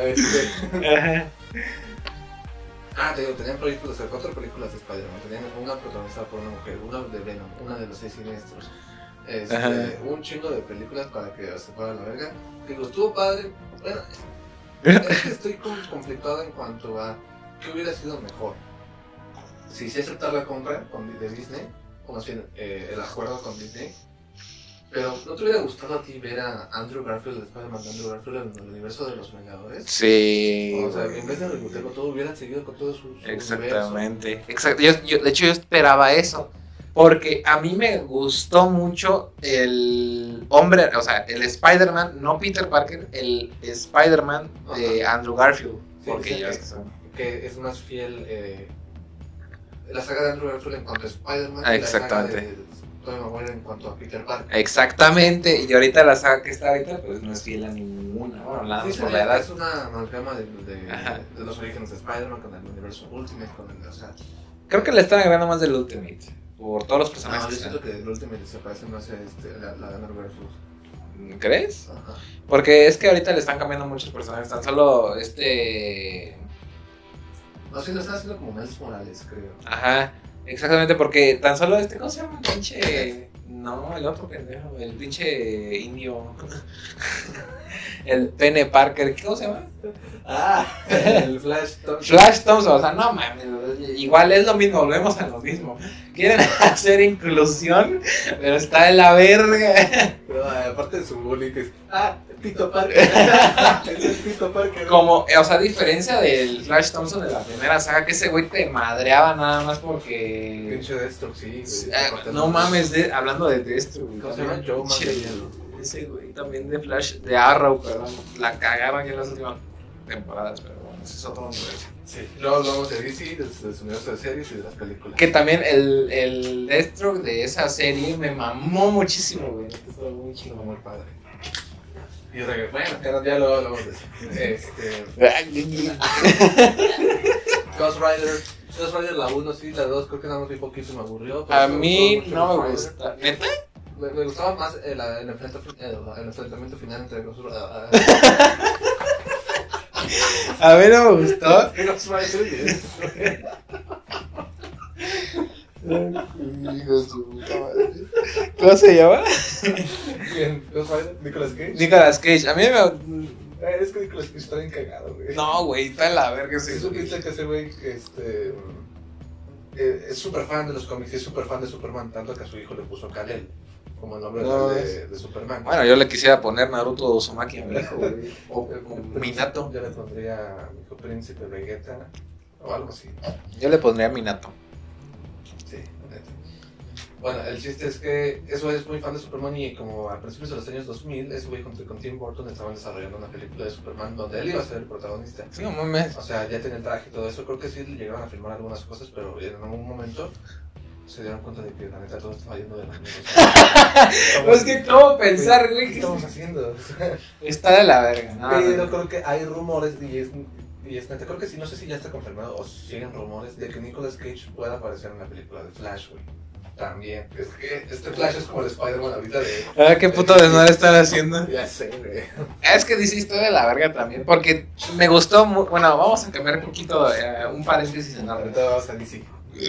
te digo, tenían proyectos de hacer 4 películas de Spider-Man. Tenían una protagonizada por una mujer, una de Venom, una de los 6 siniestros. Un chingo de películas para que se fuera a la verga. Digo, estuvo padre. Bueno, es que estoy conflictuado en cuanto a qué hubiera sido mejor. Si aceptar la compra de Disney, o más bien el acuerdo con Disney. Pero ¿no te hubiera gustado a ti ver a Andrew Garfield, el Spider-Man de Andrew Garfield en el universo de los Vengadores? Sí. O sea, en vez de rebootarlo todo, hubieran seguido con todo su exactamente. Exacto. De hecho, yo esperaba eso. Porque a mí me gustó mucho el hombre, o sea, el Spider-Man, no Peter Parker, el Spider-Man de Andrew Garfield. Sí, porque ya que es más fiel la saga de Andrew Garfield en cuanto a Spider-Man. Exactamente. Y la saga de Tobey Maguire en cuanto a Peter Parker. Exactamente. Y ahorita la saga que está ahorita, pues no es fiel a ninguna. Bueno, nada más por la edad. Es una amalgama de los orígenes de Spider-Man con el universo Ultimate, con el, o sea... Creo que le están agregando más del Ultimate. Por todos los personajes. No, yo siento que el Ultimate se parece más a la de Andrew Garfield. ¿Crees? Ajá. Porque es que ahorita le están cambiando muchos personajes. Tan solo No, sí, lo están haciendo como Miles Morales, creo. Ajá, exactamente, porque tan solo ¿cómo se llama? El pinche... No, el otro pendejo, el pinche indio. El Pene Parker, ¿cómo se llama? El Flash Thompson. Flash Thompson, o sea, no mames, igual es lo mismo, volvemos a lo mismo. Quieren hacer inclusión, pero está de la verga. Pero aparte de su bullying, que es... Pito Parker. Es el Pito Parker. Como, o sea, a diferencia del Flash Thompson de la primera saga, que ese güey te madreaba nada más porque... Pinche Destro, sí. No mames, hablando de Destro, güey. ¿Cómo se llama? Joe Manganiello. Ese güey también de Flash, de Arrow, perdón. La cagaron ya en las últimas temporadas, pero bueno, ese es otro universo. Sí, luego hablamos de DC, de su universo de series y de las películas. Que también el Deathstroke de esa serie me mamó muchísimo, güey. Estuvo muy chido. Muy padre. Y bueno, ya lo hablamos de eso. Ghost Rider la 1 sí, la 2 creo que nada más vi poquito y me aburrió. A mí no me gusta. ¿Neta? Me gustaba más el enfrentamiento final entre Ghost Rider. A mí no me gustó. Ghost Rider. ¿Cómo se llama? ¿Quién? ¿Ghost Rider? ¿Nicolas Cage? Nicolas Cage. A mí me... Es que Nicolas Cage está bien cagado, güey. No, güey, está en la verga. Si supiste que ese güey es súper fan de los cómics y es súper fan de Superman, tanto que a su hijo le puso Kal-El como el nombre de Superman. Bueno, yo le quisiera poner Naruto Uzumaki a mi hijo, güey. O Minato. Yo le pondría mi hijo Príncipe Vegeta o algo así. Yo le pondría Minato. Sí, neta. Bueno, el chiste es que eso es muy fan de Superman y como a principios de los años 2000, ese güey junto con Tim Burton estaban desarrollando una película de Superman donde él iba a ser el protagonista. Sí, no mames. O sea, ya tenía el traje y todo eso. Creo que sí le llegaron a filmar algunas cosas, pero en algún momento se dieron cuenta de que la neta todo estaba yendo de la mierda. Pues que cómo pensar, güey. ¿Qué estamos haciendo? Está de la verga. No, pero creo que hay rumores y es neta. Creo que sí, no sé si ya está confirmado o siguen rumores de que Nicolas Cage pueda aparecer en la película de Flash, güey. También. Es que este Flash es como el Spider-Man ahorita de... Ah, qué puto desmadre están haciendo. Ya sé, güey. Es que DC está de la verga también, porque me gustó, bueno, vamos a cambiar un poquito, un paréntesis enorme. Ahorita vamos a DC.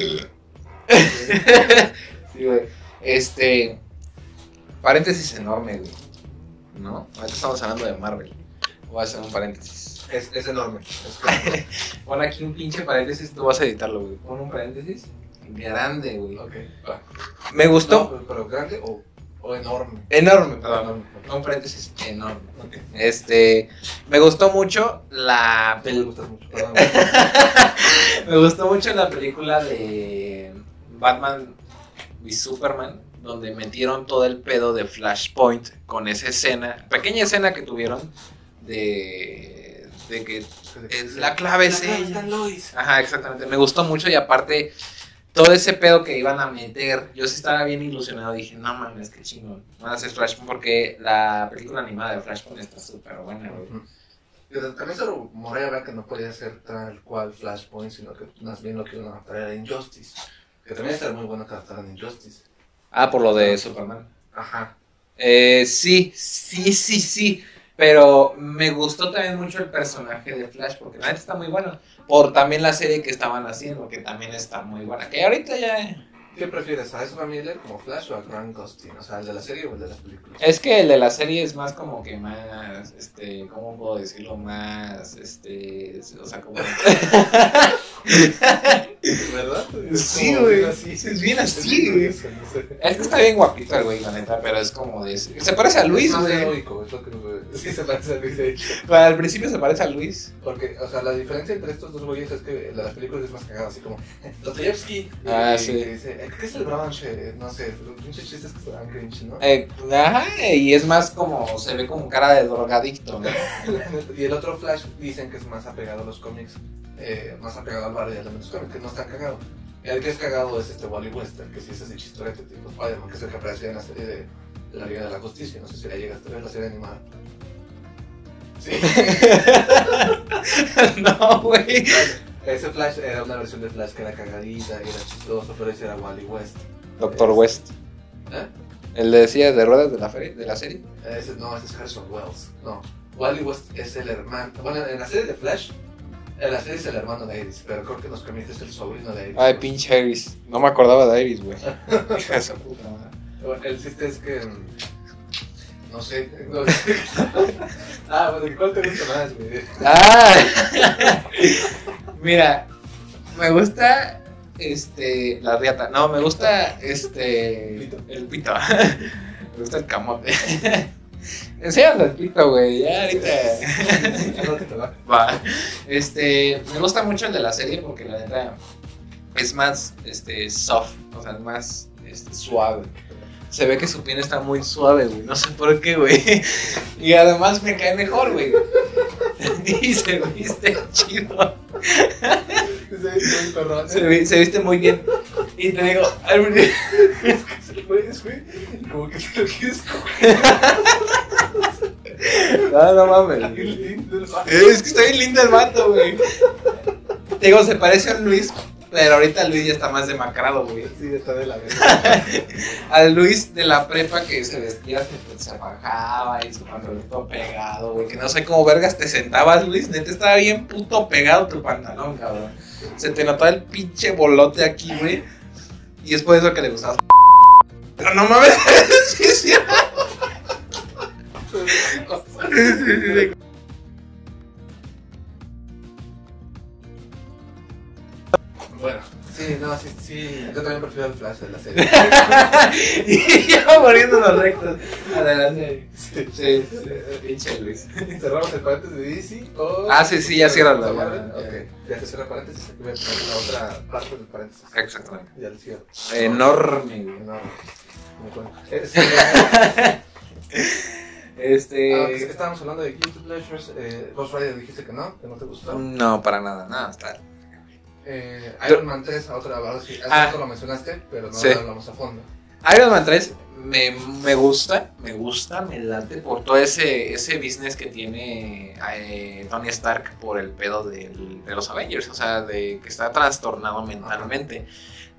Sí, güey. Paréntesis enorme, güey. ¿No? Ahorita estamos hablando de Marvel. Voy a hacer un paréntesis. Es enorme. Pon aquí un pinche paréntesis, tú vas a editarlo, güey. Pon un paréntesis grande, güey. Ok, va. Me gustó. No, pero grande o enorme. Enorme, perdón. Enorme. Un paréntesis enorme. Ok. Me gustó mucho la Me película. gustas mucho, perdón. Me gustó mucho la película de Batman y Superman, donde metieron todo el pedo de Flashpoint con esa escena, pequeña escena que tuvieron de que es la clave es ella. Ajá, exactamente. Me gustó mucho y aparte todo ese pedo que iban a meter, yo sí estaba bien ilusionado. Dije, no mames, qué chingón. Van a hacer Flashpoint porque la película animada de Flashpoint está súper buena, güey. Pero también se rumoreaba que no podía ser tal cual Flashpoint, sino que más bien lo que iban a traer era Injustice. Que también estaría muy bueno que adaptaran Injustice. Ah, por lo de Superman. Ajá. Sí. Pero me gustó también mucho el personaje de Flash, porque la neta está muy bueno. Por también la serie que estaban haciendo, que también está muy buena. Que ahorita ya... ¿Qué prefieres? ¿A Ezra Miller como Flash o a Grant Gustin? O sea, ¿el de la serie o el de las películas? Es que el de la serie es más como que más, ¿cómo puedo decirlo? Más, o sea, como... ¿Verdad? Sí, güey. Es bien así, güey. Es que está bien guapito el güey, la neta, pero es como de... Se parece a Luis, es más güey. heroico, es lo que... Sí, se parece a Luis, de hecho. Al principio se parece a Luis. Porque, o sea, la diferencia entre estos dos güeyes es que el de las películas es más cagado, así como Dostoyevsky. Ah, y sí. que dice, ¿qué es el brunch? No sé, los pinches chistes que se dan cringe, ¿no? Ajá, y es más como... Se ve como cara de drogadicto, ¿no? Y el otro Flash dicen que es más apegado a los cómics, más apegado al barrio de elementos cómics, que no está cagado. Y el que es cagado es Wally West, que sí es ese chistorete tipo Spider-Man, que es el que aparecía en la serie de la Liga de la Justicia. No sé si la llegaste a ver, la serie animada. Sí. No, güey. Ese Flash era una versión de Flash que era cagadita, era chistoso, pero ese era Wally West. Doctor West. ¿Eh? ¿El decía de ruedas de la serie? Ese es Harrison Wells. No, Wally West es el hermano. Bueno, en la serie de Flash, en la serie es el hermano de Iris, pero creo que en los cómics es el sobrino de Iris. Ay, pinche Iris. No me acordaba de Iris, güey. Hija de esa puta madre. Bueno, el chiste es que... No sé. Bueno, ¿cuál te gusta más, güey? Mira, me gusta la riata. No, me gusta ¿Pito? el pito. Me gusta el camote. Enséñalo el pito, güey. Ya ahorita. Va. Me gusta mucho el de la serie porque la neta es más soft, o sea, es más suave. Se ve que su piel está muy suave, güey. No sé por qué, güey. Y además me cae mejor, güey. Y se viste chido. Se viste muy bien. Y te digo, como que te lo quieres coger. No mames. Es que está bien lindo el vato, güey. Te digo, se parece a un Luis. Pero ahorita Luis ya está más demacrado, güey. Sí, está de la verga. Al Luis de la prepa que se vestía, se bajaba y su pantalón todo pegado, güey. Que no sé cómo vergas te sentabas, Luis. Neta estaba bien puto pegado tu pantalón, cabrón. Se te notaba el pinche bolote aquí, güey. Y es por eso que le gustaba. Pero no mames, sí es cierto. Bueno, sí, yo también prefiero el Flash de la serie. Y ya poniéndonos rectos a la serie. Sí, pinche Luis. ¿Cerramos el paréntesis de DC? Sí, ya cierran la Ok, ya se cierra el paréntesis. Aquí voy a poner la otra parte del paréntesis. Exactamente. Ya lo cierro. Enorme, güey. Enorme. Muy bueno. Estábamos hablando de Guilty Pleasures. Ghost Rider dijiste que no te gustó. No, para nada, nada, está. Iron Man 3, ahora sí, hace lo mencionaste, pero no hablamos a fondo. Iron Man 3 me gusta, me late por todo ese business que tiene Tony Stark por el pedo de los Avengers, o sea, de que está trastornado mentalmente.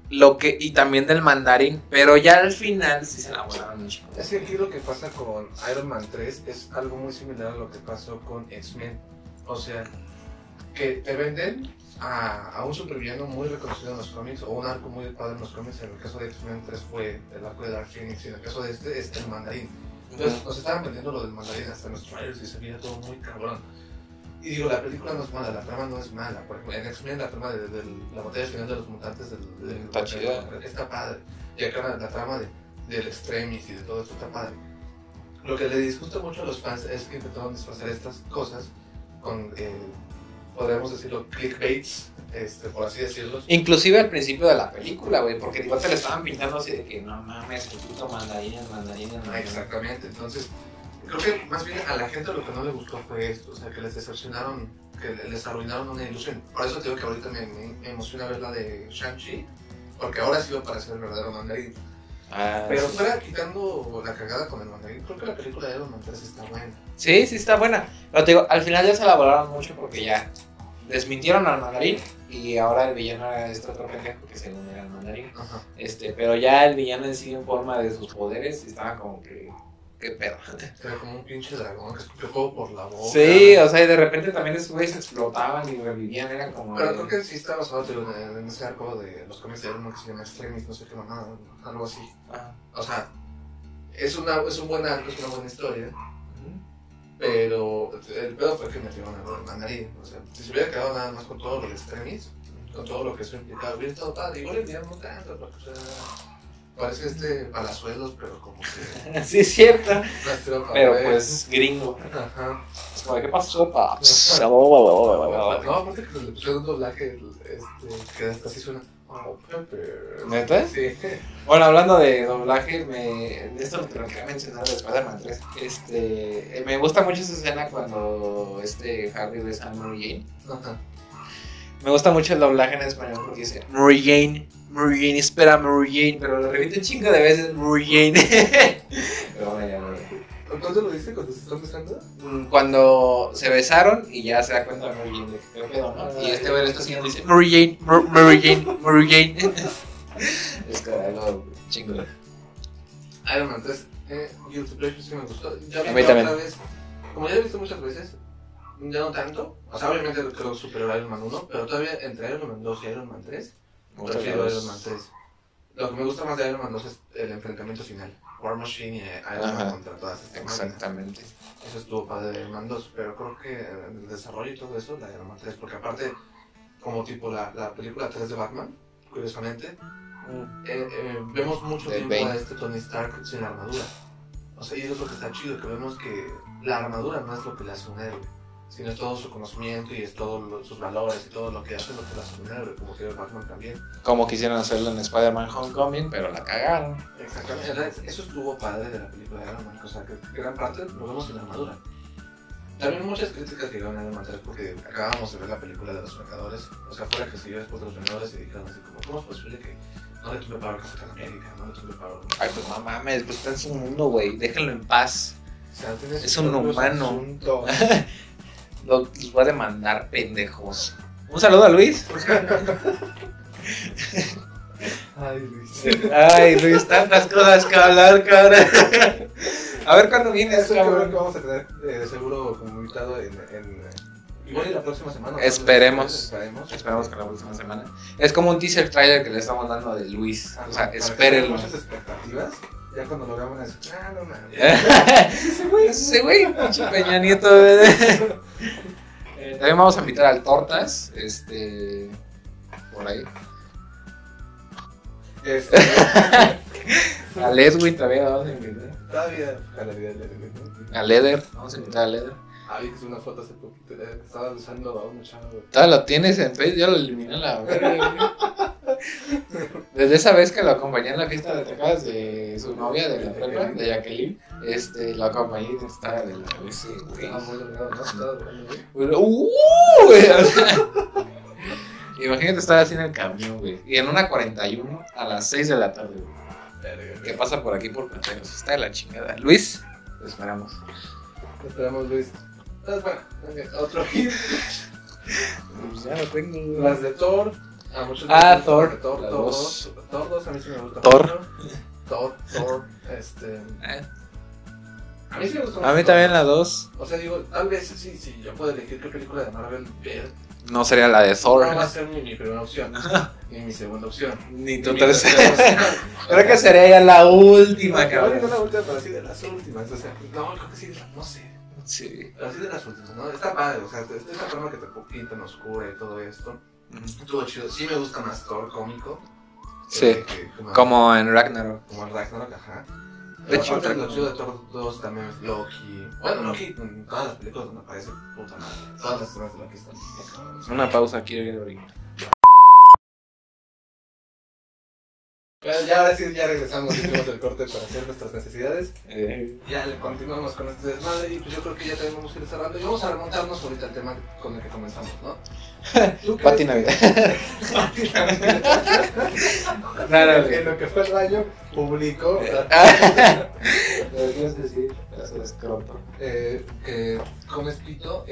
y también del mandarín, pero ya al final sí se enamoraron mucho. Es que aquí lo que pasa con Iron Man 3 es algo muy similar a lo que pasó con X-Men. O sea, que te venden a un supervillano muy reconocido en los cómics, o un arco muy padre en los cómics. En el caso de X-Men 3 fue el arco de Dark Phoenix, y en el caso de este es el mandarín. Entonces nos estaban vendiendo lo del mandarín hasta en los trailers y se veía todo muy cabrón. Y digo, la película no es mala, la trama no es mala. Por ejemplo, en X-Men la trama de la batalla final de los mutantes Está chida. Está padre. Y acá la trama del Extremis y de todo esto está padre. Lo que le disgusta mucho a los fans es que intentaron disfrazar estas cosas con, podríamos decirlo, clickbaits, por así decirlo. Inclusive al principio de la película, güey, porque igual te le estaban pintando así de que no mames, que puto mandarín. Exactamente, entonces creo que más bien a la gente lo que no le gustó fue esto, o sea, que les decepcionaron, que les arruinaron una ilusión. Por eso te digo que ahorita me emociona ver la de Shang-Chi, porque ahora sí va a parecer el verdadero mandarín. Pero fuera quitando la cagada con el mandarín, creo que la película de Iron Man 3 está buena. Sí, está buena. Pero te digo, al final ya se elaboraron mucho porque ya desmintieron al mandarín y ahora el villano era este otro pendejo que según era el mandarín. Ajá. Pero ya el villano en sí en forma de sus poderes estaba como que... ¿Qué pedo? Era como un pinche dragón que escupió fuego por la boca. Sí, o sea, y de repente también esos güeyes explotaban y revivían, era como... Pero creo que sí está basado en ese arco de los cómics de Iron Man que se llama Extremis, no sé qué mamada, algo así. Ajá. O sea, es un buen arco, es una buena historia. Pero el pedo fue que metieron a lo del mandarín. O sea, si se hubiera quedado nada más con todo lo de Extremis, con todo lo que eso implicaba, hubiera estado padre. Igual el día no tanto, porque, o sea, parece Palazuelos, pero como que... Sí, es cierto. Pero ver. pues gringo. Ajá. Es como, ¿qué pasó, paps? No, aparte que le pusieron un doblaje que hasta así suena. Oh, Pepper. ¿Neta? Sí. Bueno, hablando de doblaje, esto lo quería mencionar de Spider-Man 3. Me gusta mucho esa escena cuando Harry besa a Mary Jane. Ajá. Me gusta mucho el doblaje en español porque dice Mary Jane, espera Mary Jane, pero lo repite un chingo de veces Mary Jane. Pero bueno, ya no. ¿Cuándo lo dice? ¿Cuando se están besando? Cuando se besaron y ya se da cuenta de Mary Jane de que pedo, ¿no? Y güey está haciendo dice Mary Jane. Es que algo chingo. Iron Man 3, Guilty Pleasure sí me gustó. Ya A mí también. Otra vez, como ya lo he visto muchas veces, ya no tanto. O sea, obviamente creo superior a Iron Man 1, pero todavía entre Iron Man 2 y Iron Man 3, prefiero Iron Man 3. Lo que me gusta más de Iron Man 2 es el enfrentamiento final. War Machine y Iron Man contra todas estas máquinas. Exactamente. Eso estuvo padre de Iron Man 2, pero creo que el desarrollo y todo eso, la de Iron Man 3, porque aparte, como tipo la película 3 de Batman, curiosamente, vemos mucho tiempo a Tony Stark sin la armadura. O sea, y eso es lo que está chido, que vemos que la armadura no es lo que le hace un héroe, sino es todo su conocimiento y es todos sus valores y todo lo que hace lo que le hace un héroe, como que Batman también. Como quisieron hacerlo en Spider-Man Homecoming, pero la cagaron. Exactamente, eso estuvo padre de la película de Iron Man, o sea, que gran parte lo vemos sin armadura. También muchas críticas llegaron a Iron Man 3 porque acabamos de ver la película de los Vengadores, o sea, fue la que siguió después de los Vengadores y dijeron así como, ¿cómo es posible que no le tuve paro a Capitán América, no le tuve paro a... Ay, pues no mames, pues está en su mundo, güey, déjenlo en paz. O sea, es un humano. Los voy a demandar, pendejos. Un saludo a Luis. Ay, Luis, tantas cosas que hablar, cabrón. A ver cuándo vienes, cabrón. Que vamos a tener seguro como invitado igual y la próxima semana. Esperemos que la próxima semana. Es como un teaser trailer que le estamos dando de Luis. O sea, espérenlo. Muchas expectativas. Ya cuando lo veamos, no mames. Ese güey, pinche Peña Nieto. También vamos a invitar al Tortas. Por ahí. A Ledwin también vamos a invitar. Todavía. A Leder, vamos a invitar a Leder. Vi que es una foto hace poquito. Estaba usando a un chavo. Todavía lo tienes en Facebook, yo lo eliminé en la verga. Desde esa vez que lo acompañé en la fiesta de Texas de su novia de la prepa, de Jacqueline, lo acompañé y estaba de la vez, güey. Imagínate estar así en el camión, güey. Y en una 41 a las 6 de la tarde, güey. Que pasa por aquí por Panteros. Está de la chingada. Luis, te esperamos. Te esperamos, Luis. Entonces, bueno, otro hit. Pues ya lo tengo. Las de Thor, A muchos Thor. Thor La 2. Thor 2 a mí sí me gusta. Thor. Thor. A mí sí me gusta. A mí también la 2. O sea, digo, tal vez sí, yo puedo elegir qué película de Marvel ver. No sería la de Thor. No va a ser ni mi primera opción, ni mi segunda opción. Ni tu mi tercera. Creo que sería ya la última, No, cabrón. no la última, pero sí de las últimas. O sea, no, creo que sí, no sé. Sí. Pero sí de las últimas, ¿no? Está padre, o sea, esta forma que te pintan oscura y todo esto. Estuvo chido. Sí me gusta más Thor cómico. Sí. Como en Ragnarok. Como el Ragnarok, ajá. De Pero hecho, aparte, lo chido de Thor 2 también es Loki. Bueno, Loki en todas las películas donde aparece, puta madre. Todas las escenas de Loki están bien cabrones. Una pausa aquí ahorita. Pero ya ahora sí, ya regresamos, hicimos el corte para hacer nuestras necesidades. Ya le continuamos con este desmadre y pues yo creo que ya tenemos que ir cerrando. Y vamos a remontarnos ahorita al tema con el que comenzamos, ¿no? Pati Navidad. Claro, En lo que fue el baño, publicó Deberías decir, eso es corto. que comes pito.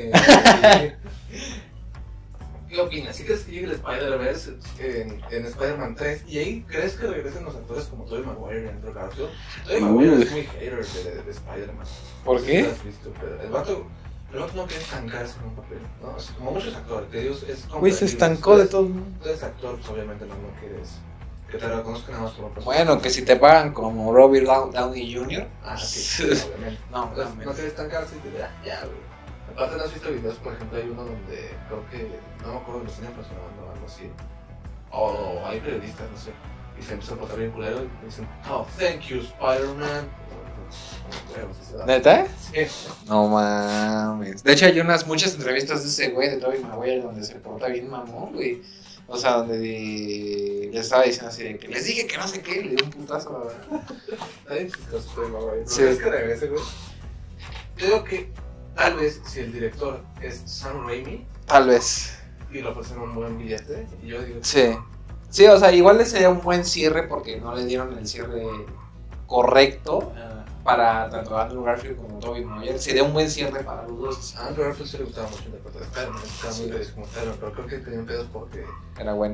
¿Qué opinas? ¿Sí crees que llegue el Spider-Verse en Spider-Man 3? ¿Y ahí crees que regresen los actores como Tobey Maguire y Andrew Garfield? Tobey Maguire es muy hater de Spider-Man. ¿Por qué? ¿Lo has visto? Pero el vato no quiere estancarse en un papel, ¿no? Así como muchos actores, que Dios es como... Güey, se estancó de todo. Entonces actor, pues obviamente no quieres que te reconozcan nada más por un Bueno, que si te pagan como Robert Downey Jr. Ah, sí, obviamente. No, Entonces, no quiere estancarse y te dice, ya, güey. Aparte, ¿no has visto videos? Por ejemplo, hay uno donde creo que, no me acuerdo, lo están impresionando o algo así. O hay periodistas, no sé. Y se empieza a portar bien culero y dicen, oh, thank you, Spider-Man. ¿Neta? Sí. No mames. De hecho, hay muchas entrevistas de ese güey, de Tobey Maguire, donde se porta bien mamón, güey. O sea, donde le estaba diciendo así de que les dije que no sé qué, le di un putazo, la verdad. Está bien chistoso Tobey Maguire. Sí. ¿Crees que regrese, güey? Creo que tal vez si el director es Sam Raimi Tal vez. y le ofrecen un buen billete, y yo digo, Sí. Sí, o sea, igual le sería un buen cierre porque no le dieron el cierre correcto para tanto Andrew Garfield como Tobey Maguire. Sería un buen cierre para los dos. a Andrew Garfield sí le gustaba mucho interpretar a Spider-Man, estaba muy feliz como Spider-Man, pero creo que tenían pedos porque Era bueno.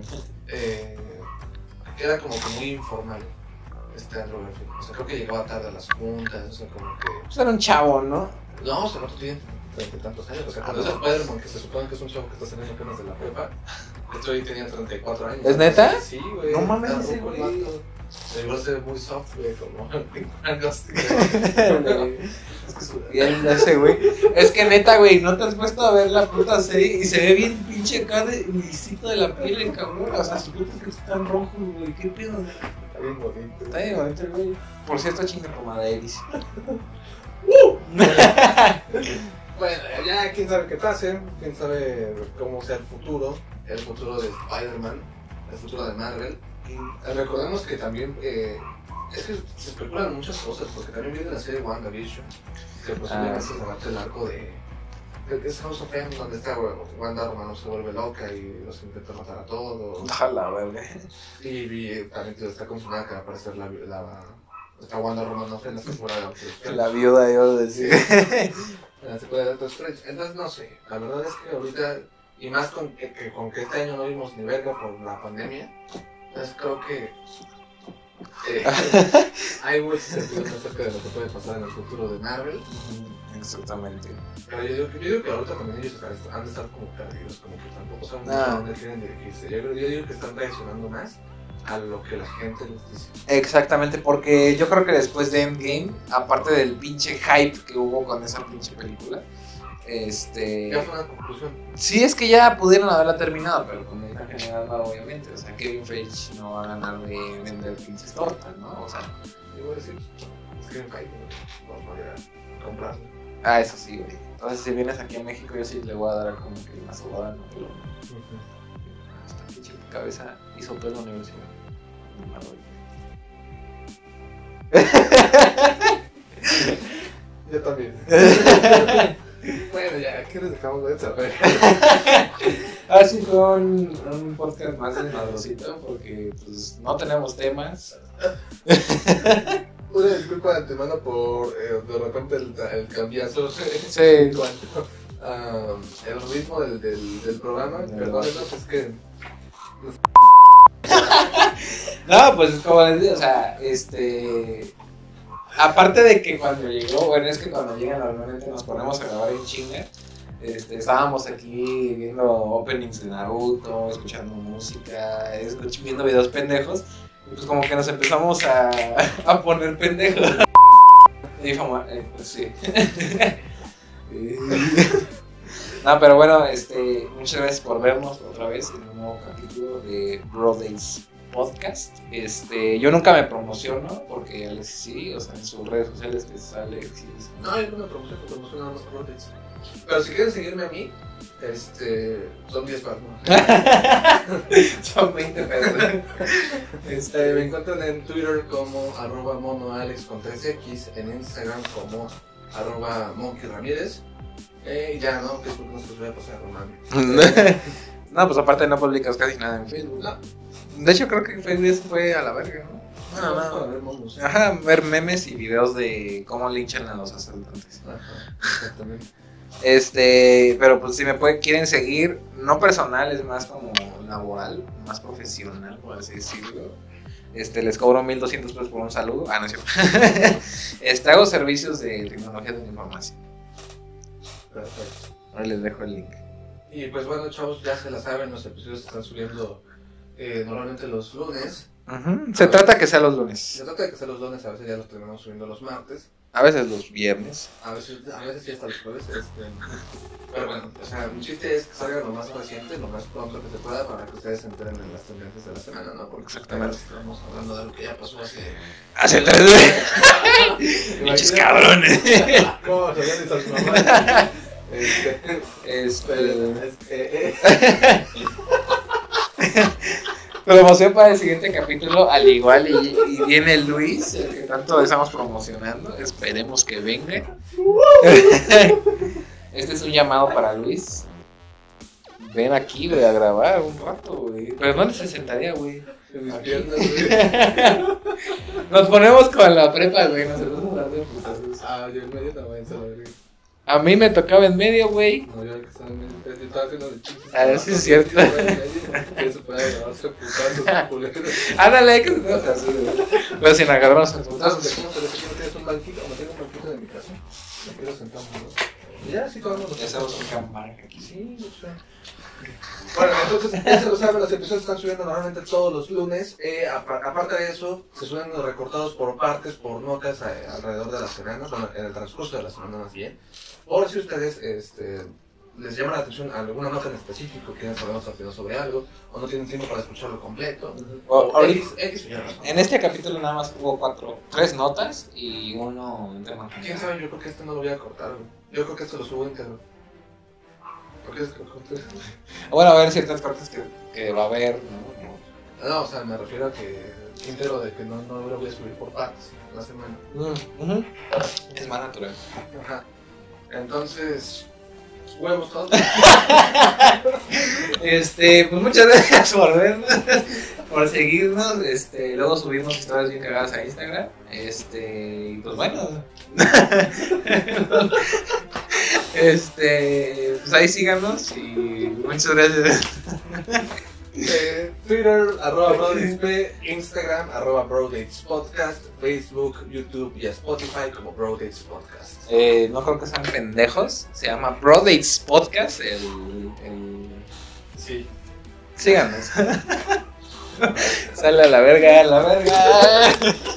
era como que muy informal Andrew Garfield. O sea, creo que llegaba tarde a las juntas, o sea, como que... Pues era un chavo, ¿no? No, o sea, no tiene 30 y tantos años. O sea, cuando es Spider-Man, que se supone que es un chavo que está saliendo apenas de la prepa, este hoy tenía 34 años. ¿Es neta? Sí, güey. No mames, está ese ruco el güey. vato. Igual se ve muy soft, güey, como Bien, ese güey. Es que neta, güey, no te has puesto a ver la puta serie y se ve bien pinche acá de lisito de la piel, el cabrón. O sea, su puta que están rojos, güey. ¿Qué pedo? Está bien bonito. Está bien bonito el güey. Por cierto, chinga pomaderis. Bueno, ya quién sabe qué pase, quién sabe cómo sea el futuro de Spider-Man, el futuro de Marvel. Y recordemos que también, es que se especulan muchas cosas, porque también viene la serie WandaVision, que posiblemente se adapte el arco de es House of M, donde está Wanda Romano se vuelve loca y los intenta matar a todos. Ojalá, verga. Y también está confirmada que va a aparecer esta Wanda Romanoff en la temporada de La viuda, yo decía. en la secuela de Doctor Strange. Entonces, no sé, la verdad es que ahorita, y más con que este año no vimos ni verga por la pandemia, entonces creo que hay muchos sentidos acerca de lo que puede pasar en el futuro de Marvel. Exactamente. Pero yo digo que ahorita también ellos han de estar como perdidos, como que tampoco saben mucho a dónde quieren dirigirse. Yo digo que están reaccionando más a lo que la gente les dice. Exactamente, porque yo creo que después de Endgame, aparte del pinche hype que hubo con esa pinche película, ya fue una conclusión. Sí, es que ya pudieron haberla terminado, pero con medida general no, obviamente. O sea, Kevin Feige no va a ganar de vender pinches tortas, ¿no? O sea, yo voy a decir, es que no hay, vamos a ir a comprarlo. Ah, eso sí, güey. Entonces, si vienes aquí a México, yo sí le voy a dar como que una sobada, ¿no? Pero esta pinche cabeza hizo toda la universidad. Yo también. Bueno, ya, ¿qué les dejamos de saber? Así fue un podcast más desmadrosito porque pues no tenemos temas. Una disculpa de antemano por de repente el cambiazo. Sí. En cuanto el ritmo del programa. Perdónenos, es que No, pues como les digo, o sea, aparte de que cuando llegó, bueno, es que cuando llegan normalmente nos ponemos a grabar en chinga. Estábamos aquí viendo openings de Naruto, escuchando música, viendo videos pendejos. Y pues como que nos empezamos a poner pendejos. Y pues sí. No, pero bueno, muchas gracias por vernos otra vez en un nuevo capítulo de Bro Days Podcast. Yo nunca me promociono porque Alexis sí, o sea, en sus redes sociales que sale Alexis. No, yo no me promociono nada más Bro Days. Pero si quieren seguirme a mí, son 10 baros. Son 20 pesos. Me encuentran en Twitter como @monoalex con 3x, en Instagram como @monkeyramírez. Ya, ¿no? Que es porque no se los voy a pasar a Román. No, pues aparte no publicas casi nada en Facebook. No. De hecho, creo que Facebook fue a la verga, ¿no? No, ver monos. Ajá, ver memes y videos de cómo linchan a los asaltantes. Ajá, exactamente. Pero pues si me quieren seguir, no personal, es más como laboral, más profesional, por así decirlo. Les cobro 1,200 pesos por un saludo. No es cierto. Hago servicios de tecnología de la información. Perfecto. Ahora les dejo el link. Y pues bueno, chavos, ya se la saben, los episodios se están subiendo normalmente los lunes. Se trata que sea los lunes. Se trata de que sea los lunes, a veces ya los terminamos subiendo los martes. A veces los viernes. A veces sí hasta los jueves. Pero bueno, o sea, mi chiste es que salga lo más reciente, lo más pronto que se pueda para que ustedes se enteren en las tendencias de la semana, ¿no? Porque exactamente. Estamos hablando de lo que ya pasó hace 3 meses. Pinches cabrones. ¿Cómo se llaman esas mamás? Promoción para el siguiente capítulo, al igual y viene Luis, el que tanto estamos promocionando, esperemos que venga. Este es un llamado para Luis. Ven aquí, güey, a grabar un rato, güey. Pero ¿dónde se sentaría, güey? En mis piernas, güey. Nos ponemos con la prepa, güey, nos empezamos a dar de putazos. Yo en medio no voy a saber. A mí me tocaba en medio, güey. No, yo que estaba en medio, yo estaba haciendo de chistes. Sí es cierto. Que se puede grabarse putazos, culero. Ándale, que se trata así, güey. Pero sin agarrarnos a putazos. ¿Cómo te ves que no tienes un banquito? ¿No tienes un banquito de mi casa? Me quiero sentar, ¿no? Ya, sí, tomamos los. Ya hacemos un campanario aquí. Sí, yo sé. Bueno, entonces, ya se lo saben, los episodios están subiendo normalmente todos los lunes. Aparte de eso, se suben recortados por partes, por notas alrededor de la semana, bueno, en el transcurso de la semana más bien. Por si ustedes les llama la atención alguna nota en específico, quieren saber más rápido sobre algo, o no tienen tiempo para escucharlo completo. En este capítulo nada más hubo 3 notas y uno interno. ¿Quién sabe? Yo creo que este no lo voy a cortar, güey. Yo creo que este lo subo íntegro. ¿Por qué es que lo corté? Bueno, a ver ciertas partes que va a haber, ¿no? No, o sea, me refiero a que íntegro de que no lo voy a subir por partes la semana. Es más natural. Ajá. Entonces, huevos todos. Pues muchas gracias por vernos, por seguirnos, luego subimos historias bien cagadas a Instagram, y pues bueno, pues ahí síganos y muchas gracias. Twitter, @BroDatesP, Instagram, @BroDatesPodcast, Facebook, YouTube y Spotify como BroDates Podcast. No creo que sean pendejos, se llama BroDates Podcast, Sí. Síganos. Sale a la verga,